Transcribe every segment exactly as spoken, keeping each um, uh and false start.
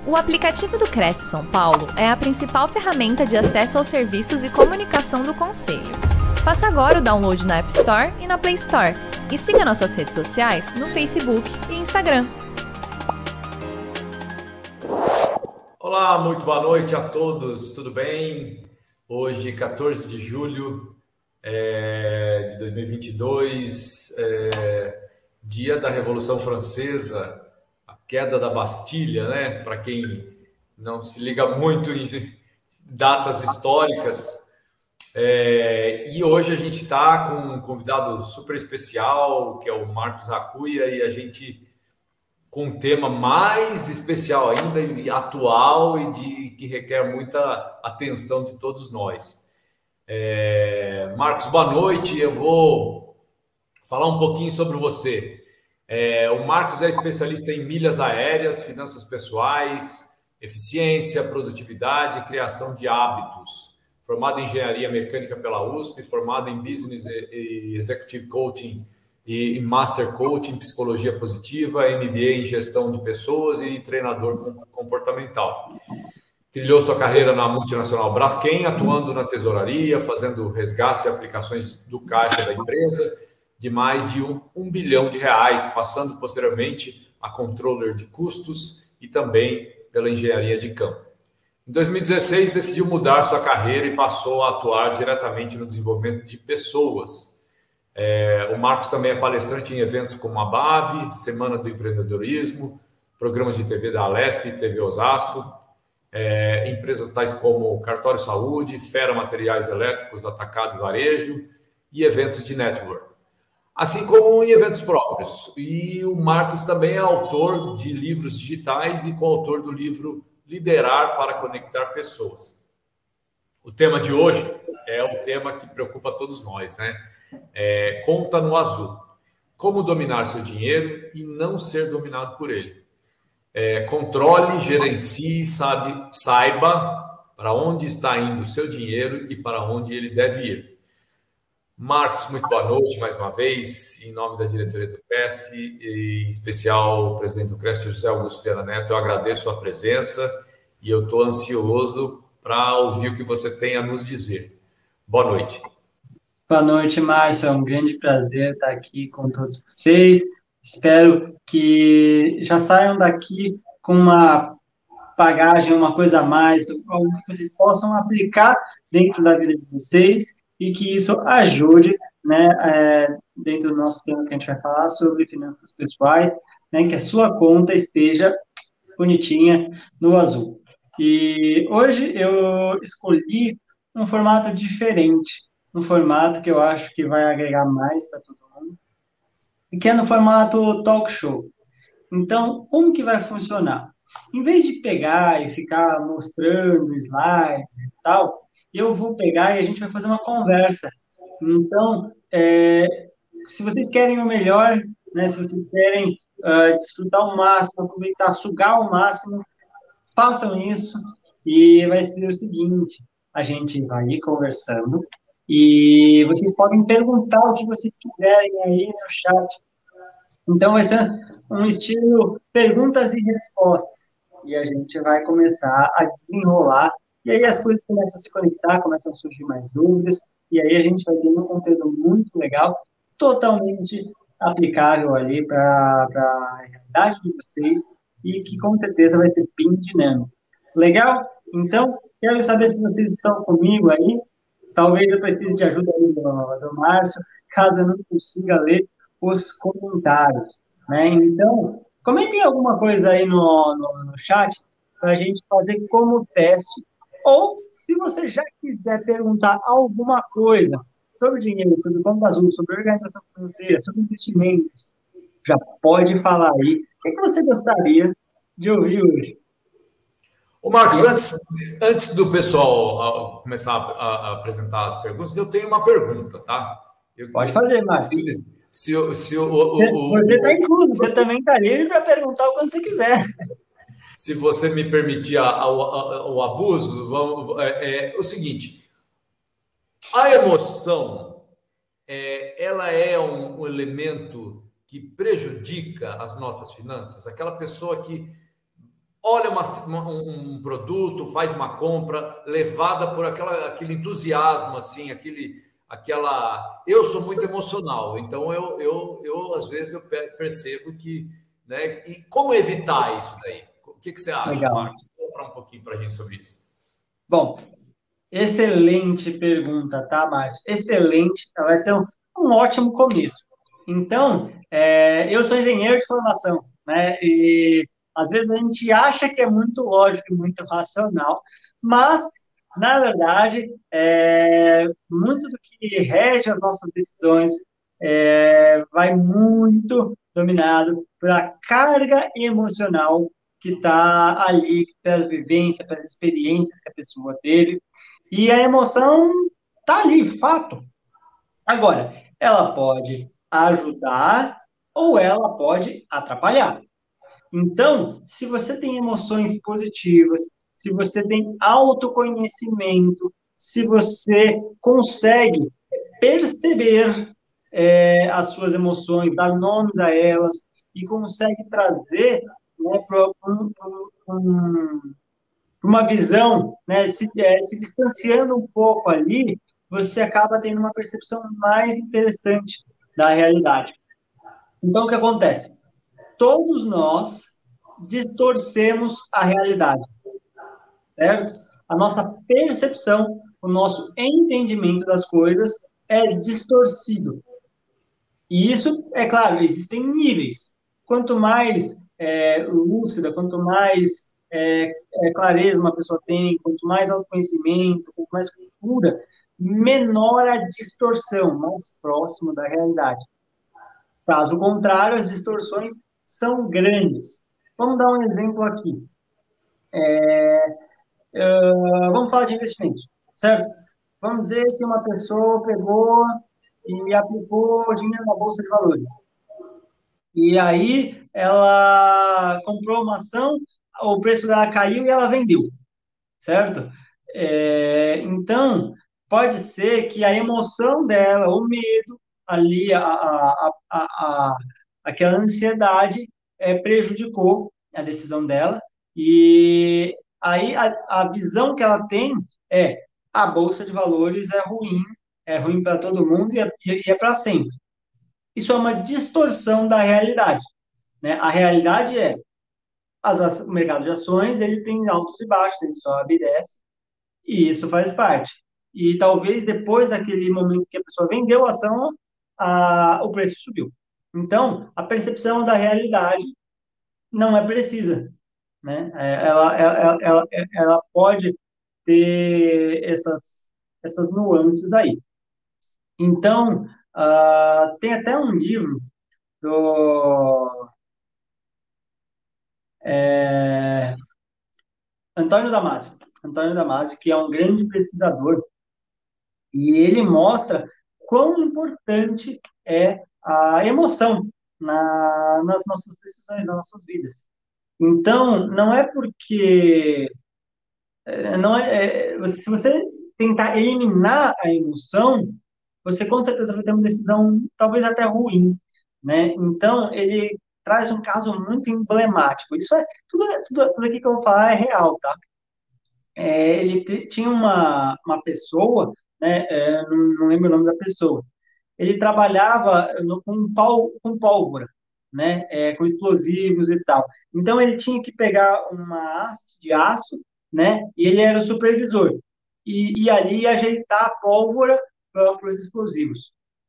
O aplicativo do Cresce São Paulo é a principal ferramenta de acesso aos serviços e comunicação do Conselho. Faça agora o download na App Store e na Play Store. E siga nossas redes sociais no Facebook e Instagram. Olá, muito boa noite a todos, tudo bem? Hoje, quatorze de julho é, de dois mil e vinte e dois, é, dia da Revolução Francesa, a queda da Bastilha, né? Para quem não se liga muito em datas históricas. É, e hoje a gente está com um convidado super especial, que é o Marcos Racuia, e a gente com um tema mais especial ainda, e atual e de, que requer muita atenção de todos nós. É, Marcos, boa noite. Eu vou falar um pouquinho sobre você. É, o Marcos é especialista em milhas aéreas, finanças pessoais, eficiência, produtividade e criação de hábitos. Formado em engenharia mecânica pela U S P, formado em business e executive coaching e Master Coaching em Psicologia Positiva, M B A em Gestão de Pessoas e treinador comportamental. Trilhou sua carreira na multinacional Braskem, atuando na tesouraria, fazendo resgate e aplicações do caixa da empresa de mais de um, um bilhão de reais, passando posteriormente a controller de custos e também pela engenharia de campo. Em dois mil e dezesseis, decidiu mudar sua carreira e passou a atuar diretamente no desenvolvimento de pessoas. É, o Marcos também é palestrante em eventos como a B A V, Semana do Empreendedorismo, programas de T V da Alesp, T V Osasco, é, empresas tais como Cartório Saúde, Fera Materiais Elétricos, Atacado e Varejo e eventos de network, assim como em eventos próprios. E o Marcos também é autor de livros digitais e coautor do livro Liderar para Conectar Pessoas. O tema de hoje é o tema que preocupa todos nós, né? É, conta no azul. Como dominar seu dinheiro e não ser dominado por ele. É, controle, gerencie, sabe, saiba para onde está indo o seu dinheiro e para onde ele deve ir. Marcos, muito boa noite mais uma vez, em nome da diretoria do Cresce, e em especial o presidente do Cresce, José Augusto Viana Neto. Eu agradeço a presença e eu estou ansioso para ouvir o que você tem a nos dizer. Boa noite. Boa noite, Márcio. É um grande prazer estar aqui com todos vocês. Espero que já saiam daqui com uma bagagem, uma coisa a mais, algo que vocês possam aplicar dentro da vida de vocês e que isso ajude, né, é, dentro do nosso tema que a gente vai falar sobre finanças pessoais, né, que a sua conta esteja bonitinha no azul. E hoje eu escolhi um formato diferente, um formato que eu acho que vai agregar mais para todo mundo, e que é no formato talk show. Então, como que vai funcionar? Em vez de pegar e ficar mostrando slides e tal, eu vou pegar e a gente vai fazer uma conversa. Então, é, se vocês querem o melhor, né, se vocês querem uh, desfrutar o máximo, aproveitar, sugar o máximo, façam isso. E vai ser o seguinte, a gente vai ir conversando e vocês podem perguntar o que vocês quiserem aí no chat. Então, vai ser um estilo perguntas e respostas. E a gente vai começar a desenrolar. E aí as coisas começam a se conectar, começam a surgir mais dúvidas. E aí a gente vai ter um conteúdo muito legal, totalmente aplicável ali para a realidade de vocês e que com certeza vai ser bem dinâmico. Legal? Então, quero saber se vocês estão comigo aí. Talvez eu precise de ajuda aí do, do Márcio, caso eu não consiga ler os comentários, né? Então, comentem alguma coisa aí no, no, no chat para a gente fazer como teste. Ou, se você já quiser perguntar alguma coisa sobre dinheiro, sobre conta azul, sobre organização financeira, sobre investimentos, já pode falar aí. O que, é que você gostaria de ouvir hoje? Ô Marcos, antes, antes do pessoal começar a, a apresentar as perguntas, eu tenho uma pergunta, tá? Eu, pode fazer, Márcio. Se, se, se o, o, você está incluso, você também está livre para perguntar quando você quiser. Se você me permitir a, a, a, o abuso, vamos, é, é o seguinte: a emoção, é, ela é um, um elemento que prejudica as nossas finanças. Aquela pessoa que olha uma, uma, um produto, faz uma compra, levada por aquela, aquele entusiasmo, assim, aquele, aquela... Eu sou muito emocional, então eu, eu, eu às vezes, eu percebo que... Né? E como evitar isso daí? O que, que você acha, Legal. Marcos? Vou falar um pouquinho para a gente sobre isso. Bom, excelente pergunta, tá, Márcio? Excelente, vai ser um, um ótimo começo. Então, é, eu sou engenheiro de formação, né? E às vezes a gente acha que é muito lógico e muito racional, mas, na verdade, é, muito do que rege as nossas decisões é, vai muito dominado pela carga emocional que está ali, pelas vivências, pelas experiências que a pessoa teve. E a emoção tá ali, fato. Agora, ela pode ajudar ou ela pode atrapalhar. Então, se você tem emoções positivas, se você tem autoconhecimento, se você consegue perceber é, as suas emoções, dar nomes a elas e consegue trazer, né, para um, um, uma visão, né, se, é, se distanciando um pouco ali, você acaba tendo uma percepção mais interessante da realidade. Então, o que acontece? Todos nós distorcemos a realidade, certo? A nossa percepção, o nosso entendimento das coisas é distorcido. E isso, é claro, existem níveis. Quanto mais é, lúcida, quanto mais é, é, clareza uma pessoa tem, quanto mais autoconhecimento, quanto mais cultura, menor a distorção, mais próximo da realidade. Caso contrário, as distorções são grandes. Vamos dar um exemplo aqui. É, uh, vamos falar de investimentos, certo? Vamos dizer que uma pessoa pegou e aplicou dinheiro na Bolsa de Valores. E aí ela comprou uma ação, o preço dela caiu e ela vendeu, certo? É, então, pode ser que a emoção dela, o medo ali, a, a, a, a, aquela ansiedade é, prejudicou a decisão dela. E aí a, a visão que ela tem é a Bolsa de Valores é ruim, é ruim para todo mundo e é, e é para sempre. Isso é uma distorção da realidade. Né? A realidade é, as, o mercado de ações ele tem altos e baixos, ele sobe e desce, e isso faz parte. E talvez depois daquele momento que a pessoa vendeu a ação, a, o preço subiu. Então, a percepção da realidade não é precisa. Né? Ela, ela, ela, ela pode ter essas, essas nuances aí. Então, uh, tem até um livro do é, Antônio Damasio, Antônio Damasio, que é um grande pesquisador, e ele mostra quão importante é a emoção na, nas nossas decisões, nas nossas vidas. Então, não é porque não é, é, se você tentar eliminar a emoção, você com certeza vai ter uma decisão talvez até ruim, né? Então, ele traz um caso muito emblemático. Isso é tudo, tudo, tudo aqui que eu vou falar é real, tá? É, ele t- tinha uma, uma pessoa, né? É, não, não lembro o nome da pessoa. Ele trabalhava no, com, pál, com pólvora, né? É, com explosivos e tal. Então ele tinha que pegar uma haste de aço, né? E ele era o supervisor. E, e ali ajeitar a pólvora para os explosivos.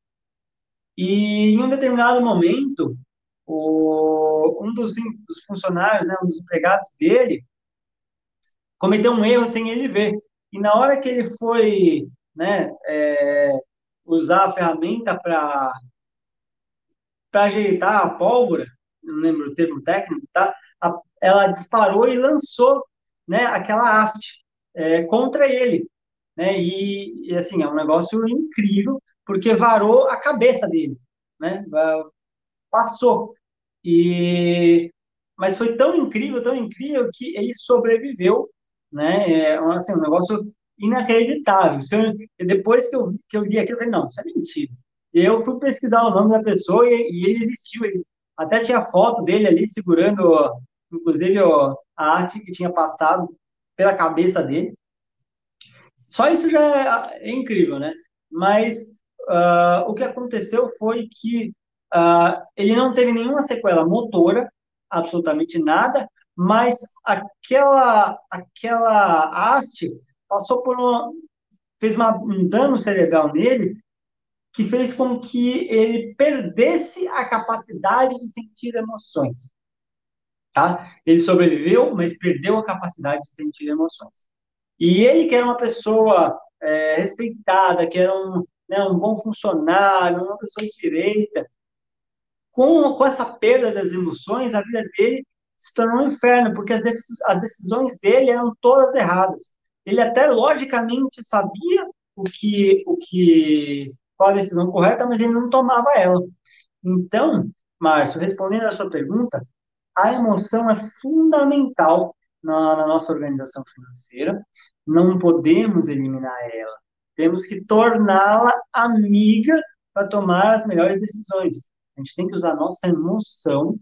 E em um determinado momento, o, um dos, dos funcionários, né, um dos empregados dele, cometeu um erro sem ele ver. E na hora que ele foi, né, é, usar a ferramenta para para ajeitar a pólvora, não lembro o termo técnico, tá? A, ela disparou e lançou, né, aquela haste é, contra ele, né? E, e assim é um negócio incrível porque varou a cabeça dele, né? Passou e mas foi tão incrível, tão incrível que ele sobreviveu, né? É assim, um negócio inacreditável. Se eu, depois que eu, que eu li aquilo, eu falei, não, isso é mentira. Eu fui pesquisar o nome da pessoa e, e ele existiu. Ele, até tinha foto dele ali segurando inclusive ó, a arte que tinha passado pela cabeça dele. Só isso já é, é incrível, né? Mas uh, o que aconteceu foi que uh, ele não teve nenhuma sequela motora, absolutamente nada, mas aquela, aquela haste passou por uma, fez uma, um dano cerebral nele que fez com que ele perdesse a capacidade de sentir emoções, tá? Ele sobreviveu, mas perdeu a capacidade de sentir emoções. E ele, que era uma pessoa é, respeitada, que era um, né, um bom funcionário, uma pessoa de direita, com, com essa perda das emoções, a vida dele se tornou um inferno, porque as, as decisões dele eram todas erradas. Ele até logicamente sabia o que, o que, qual a decisão correta, mas ele não tomava ela. Então, Márcio, respondendo à sua pergunta, a emoção é fundamental na, na nossa organização financeira. Não podemos eliminar ela. Temos que torná-la amiga para tomar as melhores decisões. A gente tem que usar a nossa emoção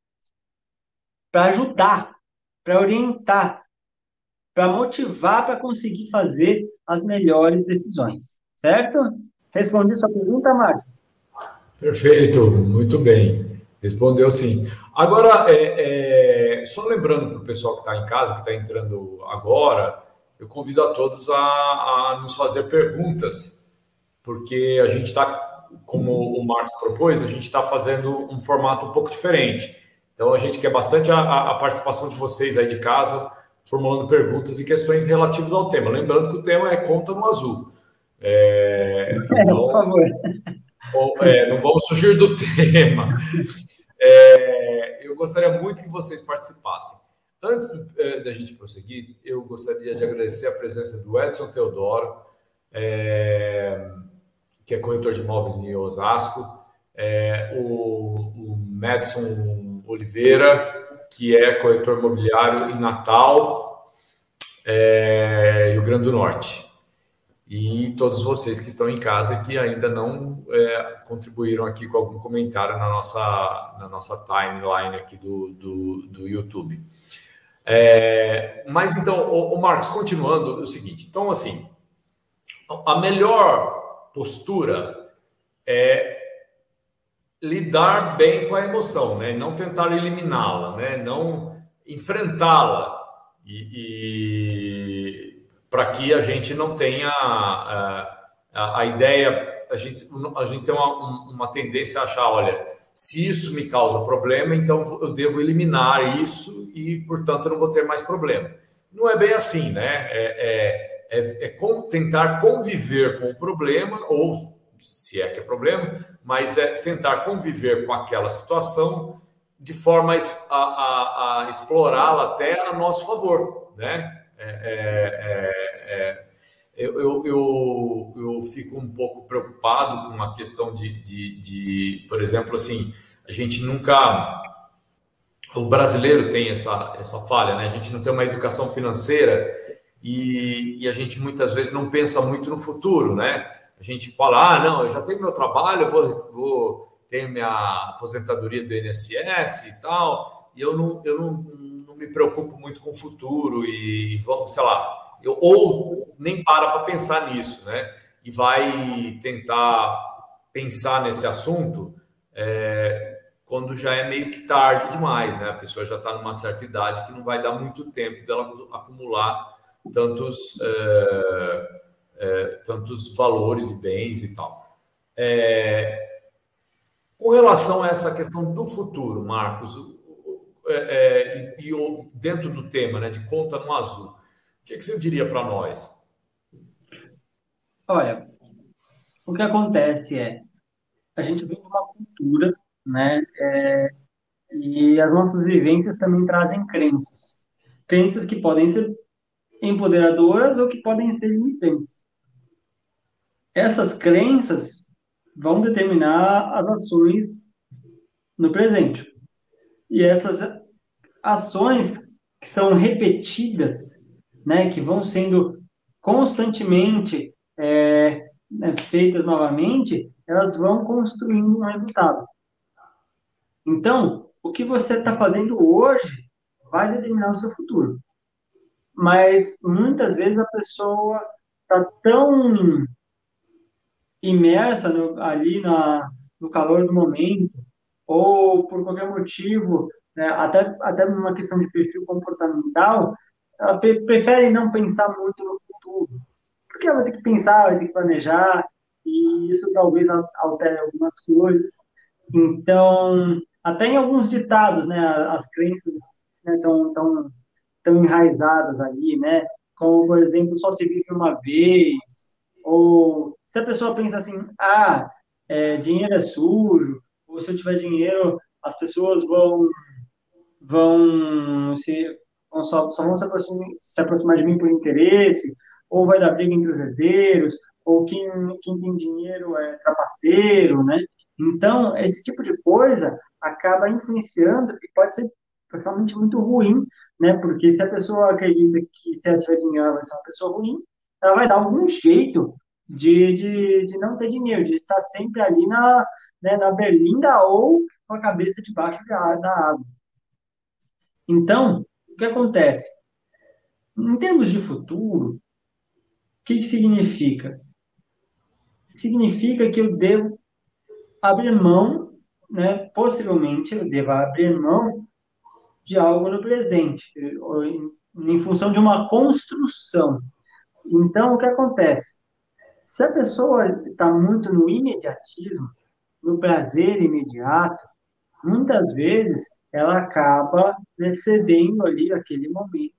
para ajudar, para orientar, para motivar, para conseguir fazer as melhores decisões. Certo? Respondi sua pergunta, Márcio? Perfeito, muito bem. Respondeu sim. Agora, é, é, só lembrando para o pessoal que está em casa, que está entrando agora, eu convido a todos a, a nos fazer perguntas, porque a gente está, como o Marcos propôs, a gente está fazendo um formato um pouco diferente. Então, a gente quer bastante a, a participação de vocês aí de casa, formulando perguntas e questões relativas ao tema. Lembrando que o tema é Conta no Azul. É, então, por favor. É, não vamos fugir do tema. É, eu gostaria muito que vocês participassem. Antes é, da gente prosseguir, eu gostaria de agradecer a presença do Edson Teodoro, é, que é corretor de imóveis em Osasco, é, o, o Madison Oliveira, que é corretor imobiliário em Natal, é, Rio Grande do Norte. E todos vocês que estão em casa e que ainda não é, contribuíram aqui com algum comentário na nossa, na nossa timeline aqui do, do, do YouTube. É, mas então, o, o Marcos, continuando, é o seguinte. Então, assim, a melhor postura é lidar bem com a emoção, né? Não tentar eliminá-la, né? Não enfrentá-la e... e para que a gente não tenha a, a, a ideia, a gente, a gente tem uma, uma tendência a achar, olha, se isso me causa problema, então eu devo eliminar isso e, portanto, eu não vou ter mais problema. Não é bem assim, né? É, é, é, é com, tentar conviver com o problema, ou se é que é problema, mas é tentar conviver com aquela situação de forma a, a, a explorá-la até a nosso favor, né? É, é, é, eu, eu, eu, eu fico um pouco preocupado com a questão de, de, de, por exemplo, assim, a gente nunca... O brasileiro tem essa, essa falha, né? A gente não tem uma educação financeira e, e a gente muitas vezes não pensa muito no futuro, né? A gente fala, ah, não, eu já tenho meu trabalho, eu vou, vou ter minha aposentadoria do I N S S e tal, e eu não... Eu não me preocupo muito com o futuro e, vamos, sei lá, eu, ou nem para para pensar nisso, né? E vai tentar pensar nesse assunto é, quando já é meio que tarde demais, né? A pessoa já está numa certa idade que não vai dar muito tempo dela acumular tantos, é, é, tantos valores e bens e tal. É, com relação a essa questão do futuro, Marcos, É, é, e, e dentro do tema, né, de conta no azul, o que, que você diria para nós? Olha, o que acontece é, a gente vem de uma cultura, né, é, e as nossas vivências também trazem crenças. Crenças que podem ser empoderadoras ou que podem ser limitantes. Essas crenças vão determinar as ações no presente. E essas ações que são repetidas, né, que vão sendo constantemente é, né, feitas novamente, elas vão construindo um resultado. Então, o que você está fazendo hoje vai determinar o seu futuro. Mas muitas vezes a pessoa está tão imersa no, ali na, no calor do momento, ou por qualquer motivo, né, até, até numa questão de perfil comportamental, ela pre- prefere não pensar muito no futuro. Porque ela vai ter que pensar, vai ter que planejar, e isso talvez al- altere algumas coisas. Então, até em alguns ditados, né, as crenças estão tão, tão enraizadas ali, né? Como, por exemplo, só se vive uma vez, ou se a pessoa pensa assim, ah, é, dinheiro é sujo, ou se eu tiver dinheiro, as pessoas vão vão se vão só, só vão se aproximar, se aproximar de mim por interesse, ou vai dar briga entre os herdeiros, ou quem, quem tem dinheiro é trapaceiro, né? Então, esse tipo de coisa acaba influenciando e pode ser realmente muito ruim, né? Porque se a pessoa acredita que se ela tiver dinheiro ela vai ser uma pessoa ruim, ela vai dar algum jeito de, de, de não ter dinheiro, de estar sempre ali na, né, na berlinda ou com a cabeça debaixo da, da água. Então, o que acontece? Em termos de futuro, o que que significa? Significa que eu devo abrir mão, né? Possivelmente eu devo abrir mão de algo no presente, ou em, em função de uma construção. Então, o que acontece? Se a pessoa está muito no imediatismo, no prazer imediato, muitas vezes ela acaba, né, cedendo ali aquele momento.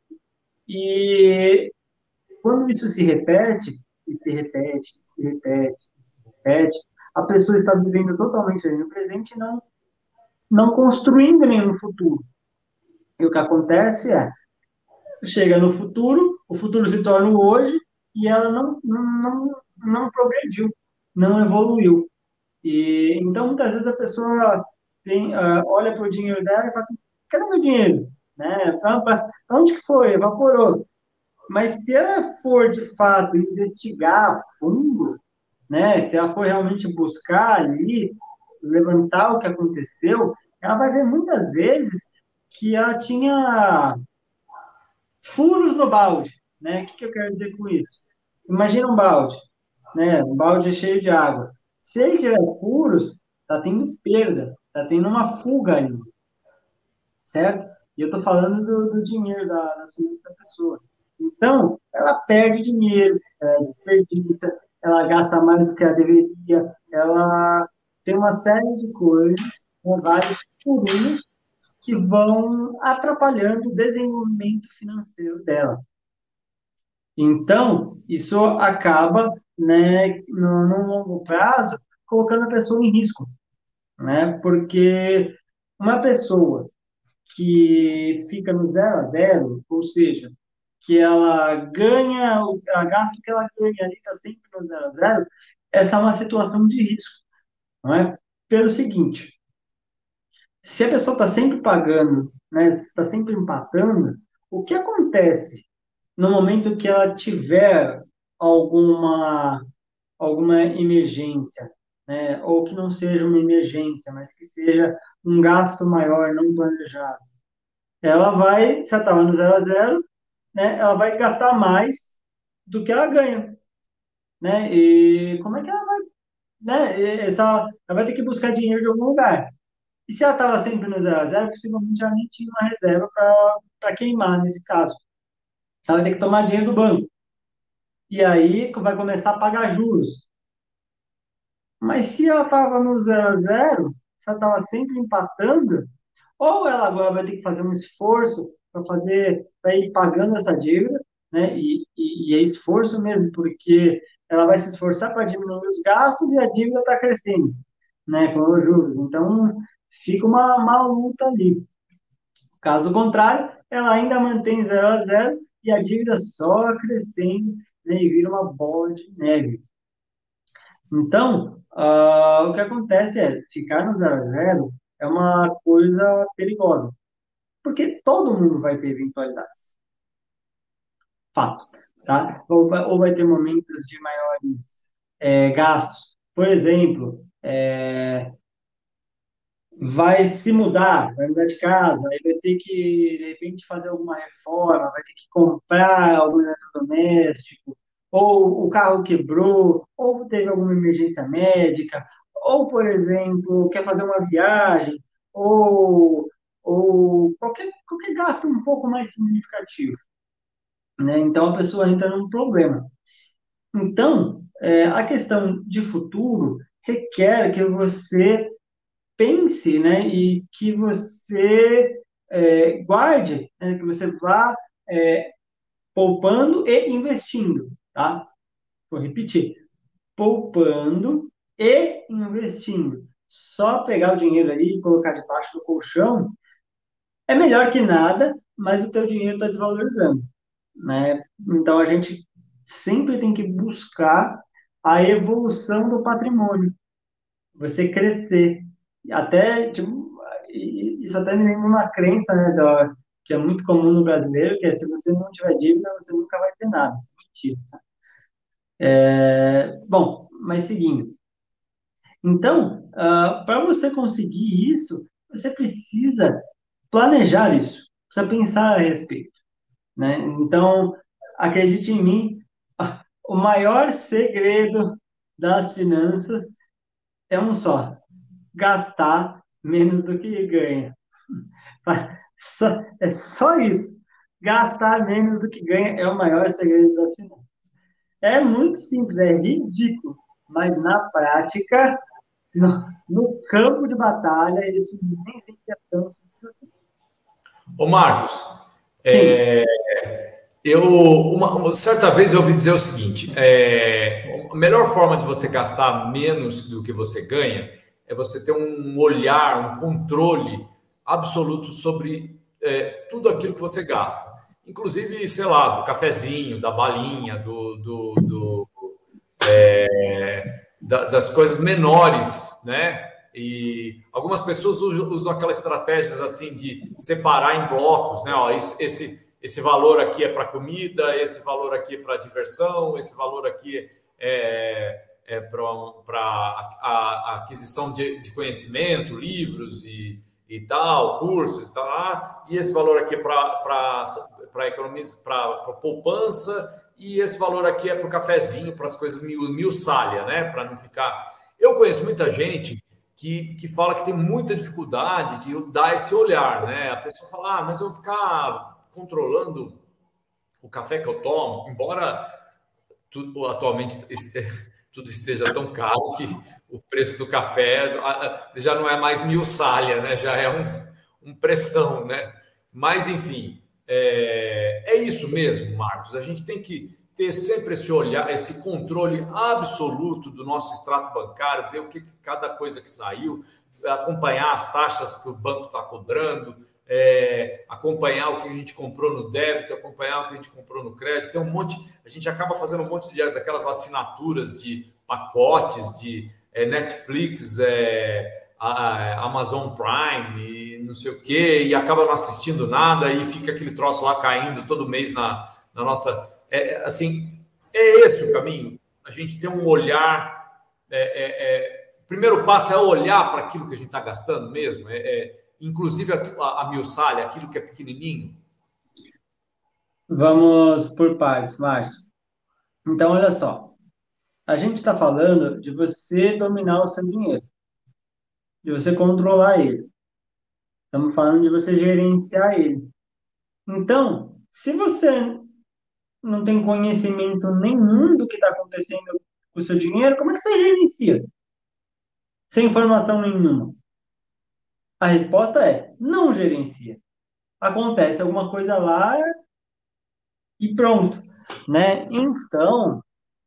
E quando isso se repete, e se repete, e se repete, e se repete, a pessoa está vivendo totalmente ali no presente e não, não construindo nenhum futuro. E o que acontece é, chega no futuro, o futuro se torna o hoje, e ela não, não, não, não progrediu, não evoluiu. E, então, muitas vezes a pessoa tem, uh, olha para o dinheiro dela e fala assim, cadê meu dinheiro? Né? Pra, pra, pra onde que foi? Evaporou. Mas se ela for de fato investigar a fundo, né, se ela for realmente buscar ali, levantar o que aconteceu, ela vai ver muitas vezes que ela tinha furos no balde, né? O que, que eu quero dizer com isso? Imagina um balde, né? Um balde cheio de água. Se ele tiver furos, tá tendo perda, tá tendo uma fuga ali, certo? E eu estou falando do, do dinheiro da, da finança da pessoa. Então, ela perde dinheiro, ela desperdiça, ela gasta mais do que ela deveria, ela tem uma série de coisas, né, vários furinhos que vão atrapalhando o desenvolvimento financeiro dela. Então, isso acaba, né, no, no longo prazo, colocando a pessoa em risco, né? Porque uma pessoa que fica no zero a zero, ou seja, que ela ganha, o a gasto que ela ganha ali está sempre no zero a zero, essa é uma situação de risco, não é? Pelo seguinte, se a pessoa está sempre pagando, né, está sempre empatando, o que acontece no momento que ela tiver alguma alguma emergência, né, ou que não seja uma emergência, mas que seja um gasto maior não planejado? Ela vai, se ela estava no zero a zero, né, ela vai gastar mais do que ela ganha, né? E como é que ela vai, né? Essa, ela vai ter que buscar dinheiro de algum lugar. E se ela estava sempre no zero a zero, possivelmente já nem tinha uma reserva para queimar nesse caso. Ela vai ter que tomar dinheiro do banco. E aí vai começar a pagar juros. Mas se ela estava no zero a zero, se ela estava sempre empatando, ou ela agora vai ter que fazer um esforço para fazer, para ir pagando essa dívida, né? E, e, e é esforço mesmo, porque ela vai se esforçar para diminuir os gastos e a dívida está crescendo, né? Com os juros. Então, fica uma, uma luta ali. Caso contrário, ela ainda mantém zero a zero e a dívida só crescendo, né? E vira uma bola de neve. Então, ah, o que acontece é, ficar no zero a zero é uma coisa perigosa, porque todo mundo vai ter eventualidades, fato, tá? Ou vai, ou vai ter momentos de maiores é, gastos. Por exemplo, é, vai se mudar, vai mudar de casa, aí vai ter que, de repente, fazer alguma reforma, vai ter que comprar algum eletrodoméstico, ou o carro quebrou, ou teve alguma emergência médica, ou, por exemplo, quer fazer uma viagem, ou, ou qualquer, qualquer gasto um pouco mais significativo, né? Então, a pessoa entra num problema. Então, é, a questão de futuro requer que você pense, né, e que você é, guarde, né, que você vá é, poupando e investindo, tá? Vou repetir, poupando e investindo. Só pegar o dinheiro ali e colocar debaixo do colchão é melhor que nada, mas o teu dinheiro está desvalorizando, né? Então a gente sempre tem que buscar a evolução do patrimônio, você crescer. Até, tipo, e- isso até me lembra uma crença, né, da- que é muito comum no brasileiro, que é se você não tiver dívida, você nunca vai ter nada. Isso é mentira. É, bom, mas seguindo. Então, para você conseguir isso, você precisa planejar isso, precisa pensar a respeito, né? Então, acredite em mim, o maior segredo das finanças é um só: gastar menos do que ganha. Só- é só isso. Gastar menos do que ganha é o maior segredo das finanças. É muito simples, é ridículo, mas na prática, no, no campo de batalha, isso nem sempre é tão simples assim. Ô Marcos, Sim, eu uma, uma- certa vez eu ouvi dizer o seguinte: é, a melhor forma de você gastar menos do que você ganha é você ter um olhar, um controle absoluto sobre é, tudo aquilo que você gasta. Inclusive, sei lá, do cafezinho, da balinha, do, do, do da- das coisas menores, né? E algumas pessoas usam, usam aquelas estratégias assim de separar em blocos, né? Ó, isso- esse, esse valor aqui é para comida, esse valor aqui é para diversão, esse valor aqui é, é para a, a aquisição de, de conhecimento, livros e, e tal, cursos e tal, lá, e esse valor aqui é para economia, para poupança, e esse valor aqui é para o cafezinho, para as coisas mil, mil salha, né? Para não ficar. Eu conheço muita gente que, que fala que tem muita dificuldade de dar esse olhar, né? A pessoa fala, ah, mas eu vou ficar controlando o café que eu tomo, embora tudo, atualmente tudo esteja tão caro que o preço do café já não é mais mil salha, né? Já é um, um pressão, né? Mas, enfim, é, é isso mesmo, Marcos. A gente tem que ter sempre esse olhar, esse controle absoluto do nosso extrato bancário, ver o que cada coisa que saiu, acompanhar as taxas que o banco está cobrando, é, acompanhar o que a gente comprou no débito, acompanhar o que a gente comprou no crédito. Tem um monte, a gente acaba fazendo um monte de daquelas assinaturas de pacotes de é, Netflix, é, a, a Amazon Prime, e não sei o quê, e acaba não assistindo nada e fica aquele troço lá caindo todo mês na, na nossa. É, é, assim, é esse o caminho. A gente tem um olhar. É, é, é, o primeiro passo é olhar para aquilo que a gente está gastando mesmo, é, é, inclusive a, a miuçalha, aquilo que é pequenininho. vamos por partes, Márcio. Então, olha só. A gente está falando de você dominar o seu dinheiro, de você controlar ele. Estamos falando de você gerenciar ele. Então, se você não tem conhecimento nenhum do que está acontecendo com o seu dinheiro, como é que você gerencia? Sem informação nenhuma. A resposta é: não gerencia. Acontece alguma coisa lá e pronto, né? Então,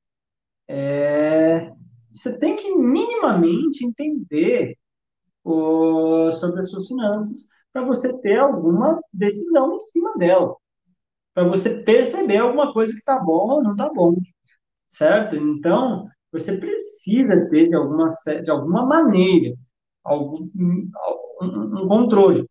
é, você tem que minimamente entender o, sobre as suas finanças para você ter alguma decisão em cima dela, para você perceber alguma coisa que está bom ou não está bom, certo? Então, você precisa ter de alguma, de alguma maneira algum, um, um controle.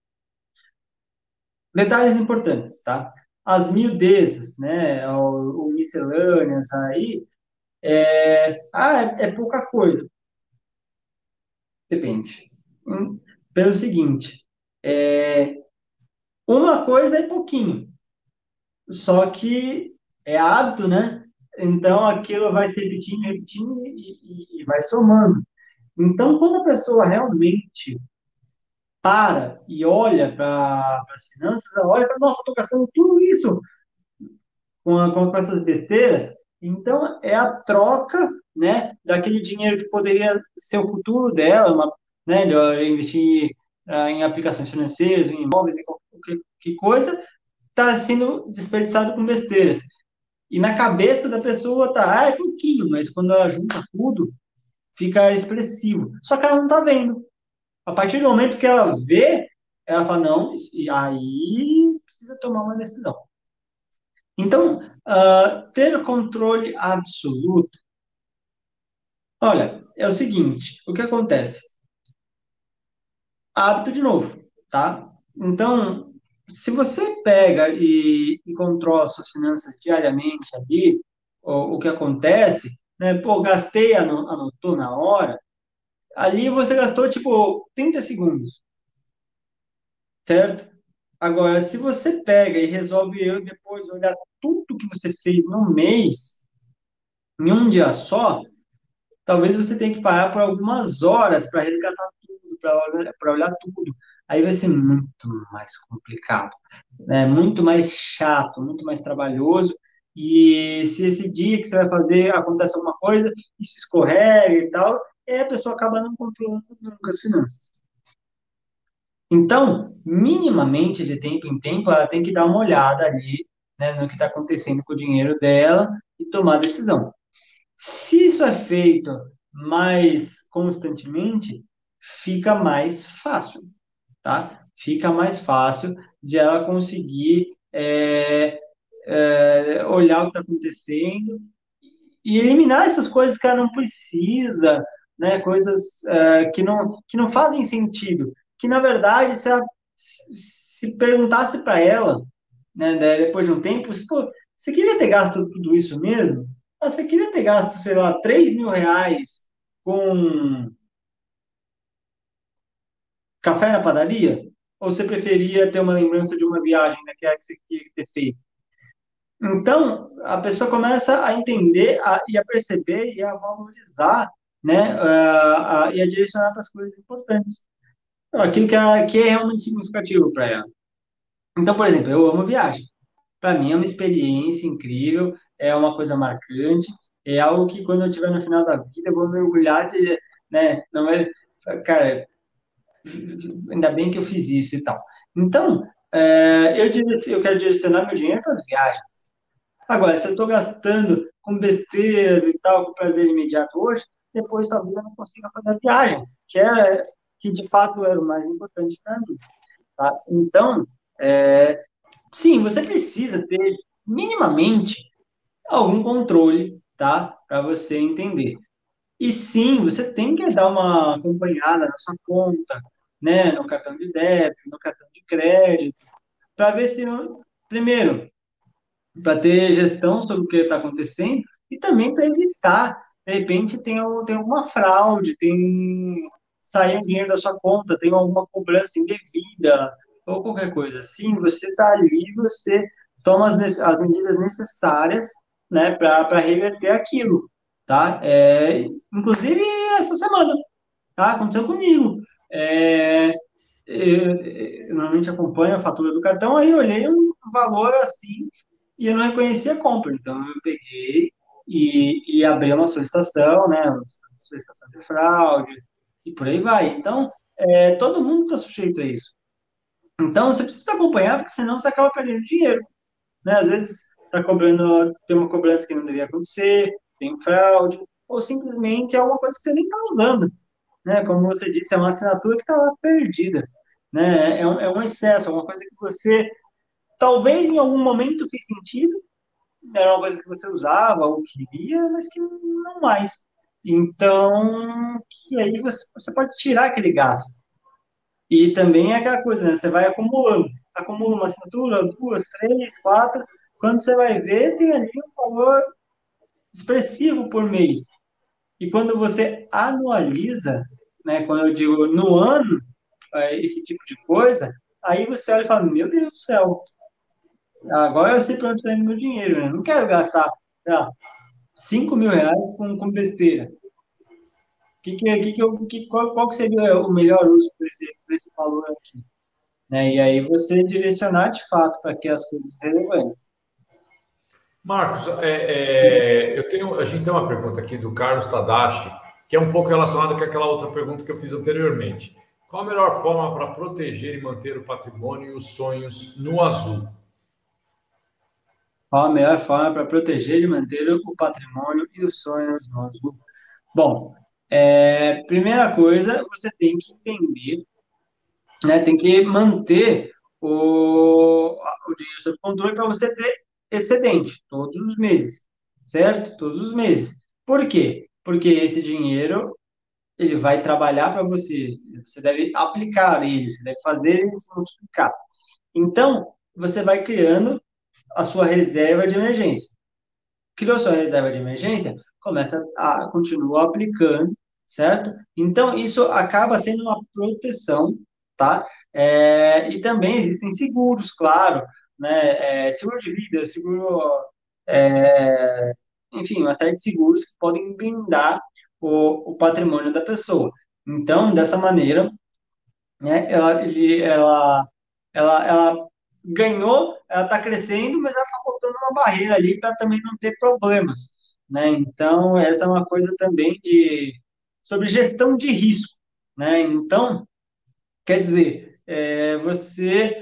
Detalhes importantes, tá? As miudezas, né, ou, ou miscelâneas aí, é, ah, é, é pouca coisa. Depende. Hum, pelo seguinte, é, uma coisa é pouquinho, só que é hábito, né? Então aquilo vai se repetindo, repetindo e, e- e vai somando. Então, quando a pessoa realmente para e olha para as finanças, ela olha para, nossa, estou gastando tudo isso com, a- com essas besteiras. Então, é a troca, né, daquele dinheiro que poderia ser o futuro dela, uma, né, de ela investir ah, em aplicações financeiras, em imóveis, em qualquer que coisa, está sendo desperdiçado com besteiras. E na cabeça da pessoa tá, ah, é pouquinho, mas quando ela junta tudo, fica expressivo. Só que ela não está vendo. A partir do momento que ela vê, ela fala, não, e aí precisa tomar uma decisão. Então, uh, ter controle absoluto, olha, é o seguinte, o que acontece? Hábito de novo, tá? Então, se você pega e, e controla suas finanças diariamente ali, o, o que acontece, né? Pô, gastei, ano- anotou na hora, ali você gastou, tipo, trinta segundos, certo? Agora, se você pega e resolve eu depois olhar tudo que você fez no mês, em um dia só, talvez você tenha que parar por algumas horas para resgatar tudo, para olhar, para olhar tudo. Aí vai ser muito mais complicado, né? Muito mais chato, muito mais trabalhoso. E se esse dia que você vai fazer acontece alguma coisa, isso escorrega e tal, aí a pessoa acaba não controlando nunca as finanças. Então, minimamente de tempo em tempo, ela tem que dar uma olhada ali, né, no que está acontecendo com o dinheiro dela e tomar decisão. Se isso é feito mais constantemente, fica mais fácil, tá? Fica mais fácil de ela conseguir é, é, olhar o que está acontecendo e eliminar essas coisas que ela não precisa, né? Coisas é, que não, que não fazem sentido. Que, na verdade, se, ela, se se perguntasse para ela, né, depois de um tempo, se, pô, você queria ter gasto tudo isso mesmo? Ah, você queria ter gasto, sei lá, três mil reais com café na padaria? Ou você preferia ter uma lembrança de uma viagem daquela que você queria ter feito? Então, a pessoa começa a entender a, e a perceber e a valorizar, né, a, a, e a direcionar para as coisas importantes. Aquilo que é, que é realmente significativo para ela. Então, por exemplo, eu amo viagem. Para mim é uma experiência incrível, é uma coisa marcante, é algo que quando eu estiver no final da vida eu vou mergulhar de, né, não é, cara, ainda bem que eu fiz isso e tal. Então, é, eu, direc- eu quero direcionar meu dinheiro para as viagens. Agora, se eu estou gastando com besteiras e tal, com prazer imediato hoje, depois talvez eu não consiga fazer a viagem, que é que de fato era o mais importante para mim, tá? Então, é, sim, você precisa ter minimamente algum controle, tá? Para você entender. E sim, você tem que dar uma acompanhada na sua conta, né? No cartão de débito, no cartão de crédito, para ver se, primeiro, para ter gestão sobre o que está acontecendo e também para evitar, de repente, tem, al- tem alguma fraude, tem sair um dinheiro da sua conta, tem alguma cobrança indevida ou qualquer coisa assim, você está ali, você toma as, nece- as medidas necessárias, né, para reverter aquilo, tá? É, inclusive essa semana, tá? Aconteceu comigo. É, eu, eu normalmente acompanho a fatura do cartão, aí eu olhei um valor assim e eu não reconhecia a compra. Então eu peguei e, e abri uma solicitação, né? Uma solicitação de fraude e por aí vai. Então, é, todo mundo está sujeito a isso. Então você precisa acompanhar, porque senão você acaba perdendo dinheiro, né? Às vezes está cobrando, tem uma cobrança que não deveria acontecer, tem fraude, ou simplesmente é uma coisa que você nem está usando, né? Como você disse, é uma assinatura que está lá perdida, né? É um, é um excesso, é uma coisa que você talvez em algum momento fez sentido, era uma coisa que você usava ou queria, mas que não mais. Então, que aí você, você pode tirar aquele gasto. E também é aquela coisa, né? Você vai acumulando. Acumula uma assinatura, duas, três, quatro. Quando você vai ver, tem ali um valor expressivo por mês. E quando você anualiza, né? Quando eu digo no ano, é, esse tipo de coisa, aí você olha e fala, meu Deus do céu, agora eu sei para onde está indo meu dinheiro, né? Eu não quero gastar, sei lá, cinco mil reais com, com besteira. Que que, que que eu, que, qual, qual que seria o melhor uso para esse, pra esse valor aqui? Né? E aí você direcionar de fato para que as coisas relevantes. Marcos, é, é, eu tenho, a gente tem uma pergunta aqui do Carlos Tadashi, que é um pouco relacionada com aquela outra pergunta que eu fiz anteriormente. Qual a melhor forma para proteger e manter o patrimônio e os sonhos no azul? Qual a melhor forma para proteger e manter o patrimônio e os sonhos no azul? Bom, é, primeira coisa, você tem que entender, né, tem que manter o, o dinheiro sob controle para você ter excedente todos os meses, certo? Todos os meses. Por quê? Porque esse dinheiro ele vai trabalhar para você, você deve aplicar ele, você deve fazer ele se multiplicar. Então, você vai criando a sua reserva de emergência. Criou sua reserva de emergência, começa a continua aplicando, certo? Então isso acaba sendo uma proteção, tá? É, e também existem seguros, claro, né? É, seguro de vida, seguro, é, enfim, uma série de seguros que podem blindar o, o patrimônio da pessoa. Então, dessa maneira, né? Ela, ele, ela, ela, ela ganhou, ela está crescendo, mas ela está botando uma barreira ali para também não ter problemas, né? Então, essa é uma coisa também de sobre gestão de risco, né? Então, quer dizer, é, você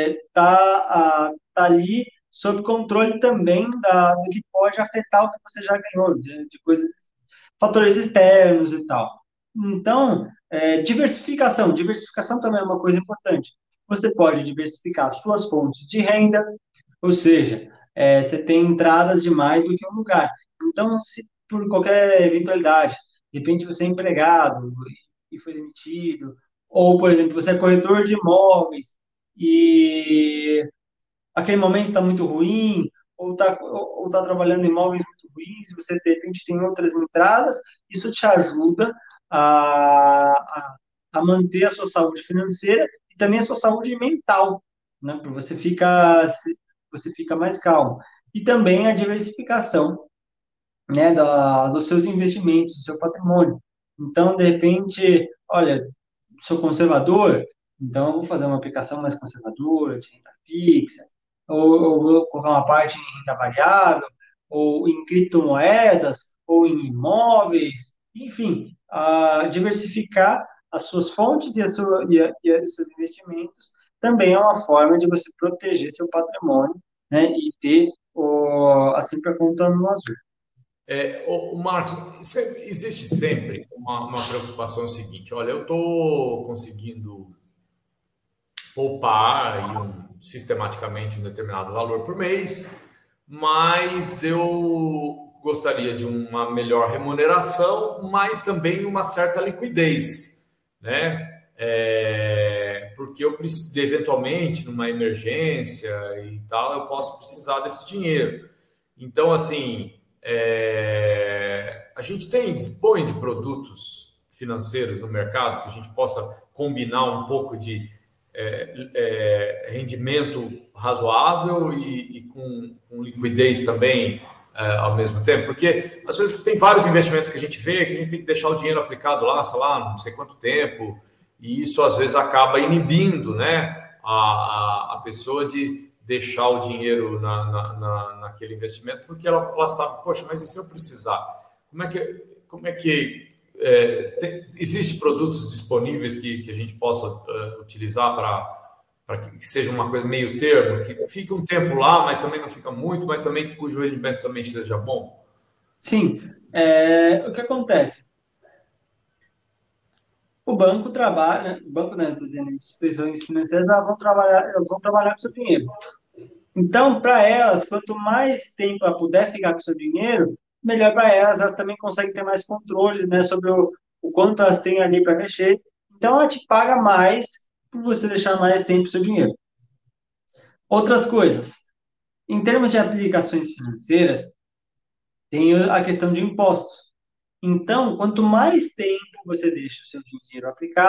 está tá ali sob controle também da, do que pode afetar o que você já ganhou, de, de coisas, fatores externos e tal. Então, é, diversificação. Diversificação também é uma coisa importante. Você pode diversificar suas fontes de renda, ou seja, é, você tem entradas de mais do que um lugar. Então, se por qualquer eventualidade, de repente você é empregado e foi demitido, ou, por exemplo, você é corretor de imóveis e aquele momento está muito ruim, ou está ou, ou tá trabalhando em imóveis muito ruins, e você de repente tem outras entradas, isso te ajuda a, a, a manter a sua saúde financeira e também a sua saúde mental, né? Porque você fica, você fica mais calmo. E também a diversificação, né, da, dos seus investimentos, do seu patrimônio. Então, de repente, olha, sou conservador, então eu vou fazer uma aplicação mais conservadora, de renda fixa, ou eu vou colocar uma parte em renda variável, ou em criptomoedas, ou em imóveis, enfim, a diversificar as suas fontes e, a sua, e, a, e os seus investimentos também é uma forma de você proteger seu patrimônio, né, e ter o, a sempre a conta no azul. É, o, o Marcos, se- existe sempre uma, uma preocupação seguinte: olha, eu estou conseguindo poupar aí um, sistematicamente um determinado valor por mês, mas eu gostaria de uma melhor remuneração, mas também uma certa liquidez, né? É, porque eu preciso, eventualmente, numa emergência e tal, eu posso precisar desse dinheiro. Então, assim, é, a gente tem, dispõe de produtos financeiros no mercado que a gente possa combinar um pouco de é, é, rendimento razoável e, e com, com, liquidez também é, ao mesmo tempo, porque às vezes tem vários investimentos que a gente vê que a gente tem que deixar o dinheiro aplicado lá, sei lá, não sei quanto tempo, e isso às vezes acaba inibindo, né, a, a, a pessoa de deixar o dinheiro na, na, na, naquele investimento, porque ela, ela sabe, poxa, mas e se eu precisar? Como é que, como é que é, tem, existe produtos disponíveis que, que a gente possa uh, utilizar para que seja uma coisa meio termo, que fique um tempo lá, mas também não fica muito, mas também cujo rendimento também seja bom? Sim, é, o que acontece? O banco trabalha, o banco, né, instituições financeiras, elas vão trabalhar, elas vão trabalhar com o seu dinheiro. Então, para elas, quanto mais tempo ela puder ficar com o seu dinheiro, melhor para elas, elas também conseguem ter mais controle, né, sobre o, o quanto elas têm ali para mexer. Então, ela te paga mais por você deixar mais tempo o seu dinheiro. Outras coisas. Em termos de aplicações financeiras, tem a questão de impostos. Então, quanto mais tempo você deixa o seu dinheiro aplicado,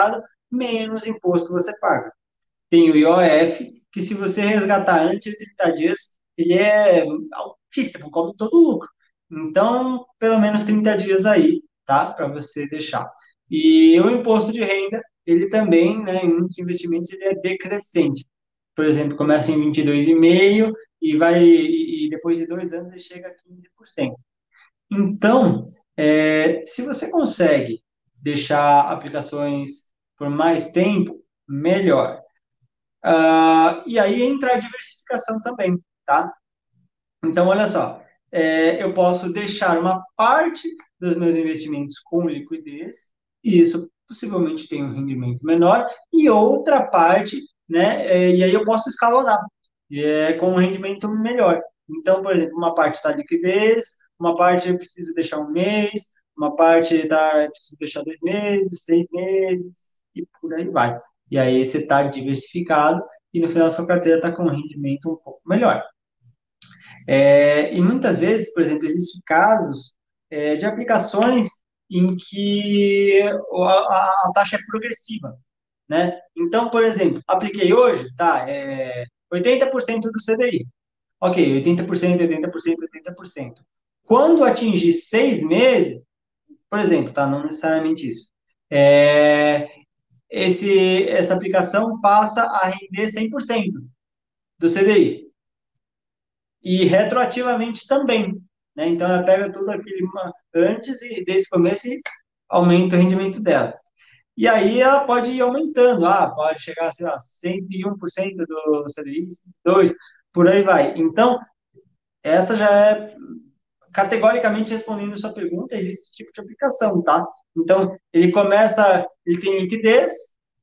menos imposto você paga. Tem o I O F, que se você resgatar antes de trinta dias, ele é altíssimo, come todo o lucro. Então, pelo menos trinta dias aí, tá? Para você deixar. E o imposto de renda, ele também, né, em muitos investimentos, ele é decrescente. Por exemplo, começa em vinte e dois vírgula cinco por cento e vai e depois de dois anos ele chega a quinze por cento. Então, é, se você consegue deixar aplicações por mais tempo, melhor. Ah, e aí entra a diversificação também, tá? Então, olha só, é, eu posso deixar uma parte dos meus investimentos com liquidez, e isso possivelmente tem um rendimento menor, e outra parte, né, é, e aí eu posso escalonar, e é, com um rendimento melhor. Então, por exemplo, uma parte está liquidez, uma parte eu preciso deixar um mês, uma parte tá, eu preciso deixar dois meses, seis meses, e por aí vai. E aí você está diversificado, e no final sua carteira está com um rendimento um pouco melhor. É, e muitas vezes, por exemplo, existem casos é, de aplicações em que a, a- a taxa é progressiva, né? Então, por exemplo, apliquei hoje, tá, é oitenta por cento do C D I. Ok, oitenta por cento, oitenta por cento, oitenta por cento. Quando atingir seis meses, por exemplo, tá, não necessariamente isso, é, esse, essa aplicação passa a render cem por cento do C D I. E retroativamente também, né? Então ela pega tudo aquele antes e desde o começo e aumenta o rendimento dela. E aí ela pode ir aumentando, ah, pode chegar, sei lá, cento e um por cento do C D I, cento e dois por cento, por aí vai. Então, essa já é categoricamente respondendo a sua pergunta, existe esse tipo de aplicação, tá? Então, ele começa, ele tem liquidez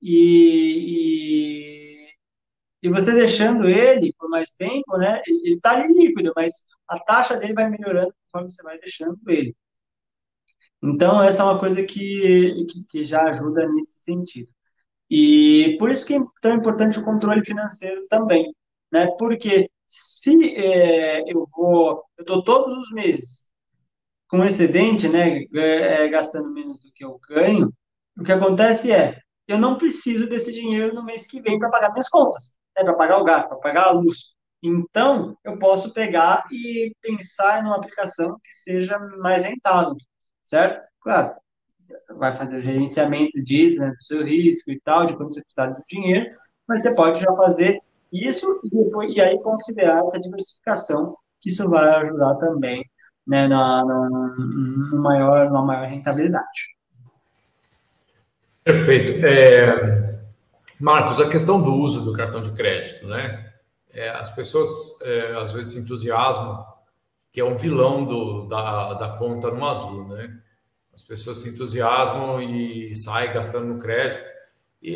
e, e você deixando ele por mais tempo, né? Ele está ali líquido, mas a taxa dele vai melhorando conforme você vai deixando ele. Então, essa é uma coisa que, que, que já ajuda nesse sentido. E por isso que é tão importante o controle financeiro também, né? Porque se é, eu vou, eu estou todos os meses com excedente, né, é, gastando menos do que eu ganho, o que acontece é, eu não preciso desse dinheiro no mês que vem para pagar minhas contas, né, para pagar o gasto, para pagar a luz. Então, eu posso pegar e pensar numa aplicação que seja mais rentável, certo? Claro, vai fazer o gerenciamento disso, né, do seu risco e tal, de quando você precisar do dinheiro, mas você pode já fazer isso e, depois, e aí considerar essa diversificação, que isso vai ajudar também, né, na, na, no maior, numa maior rentabilidade. Perfeito. É, Marcos, a questão do uso do cartão de crédito, né? É, as pessoas é, às vezes se entusiasmam que é um vilão do, da, da conta no azul, né? As pessoas se entusiasmam e saem gastando no crédito e,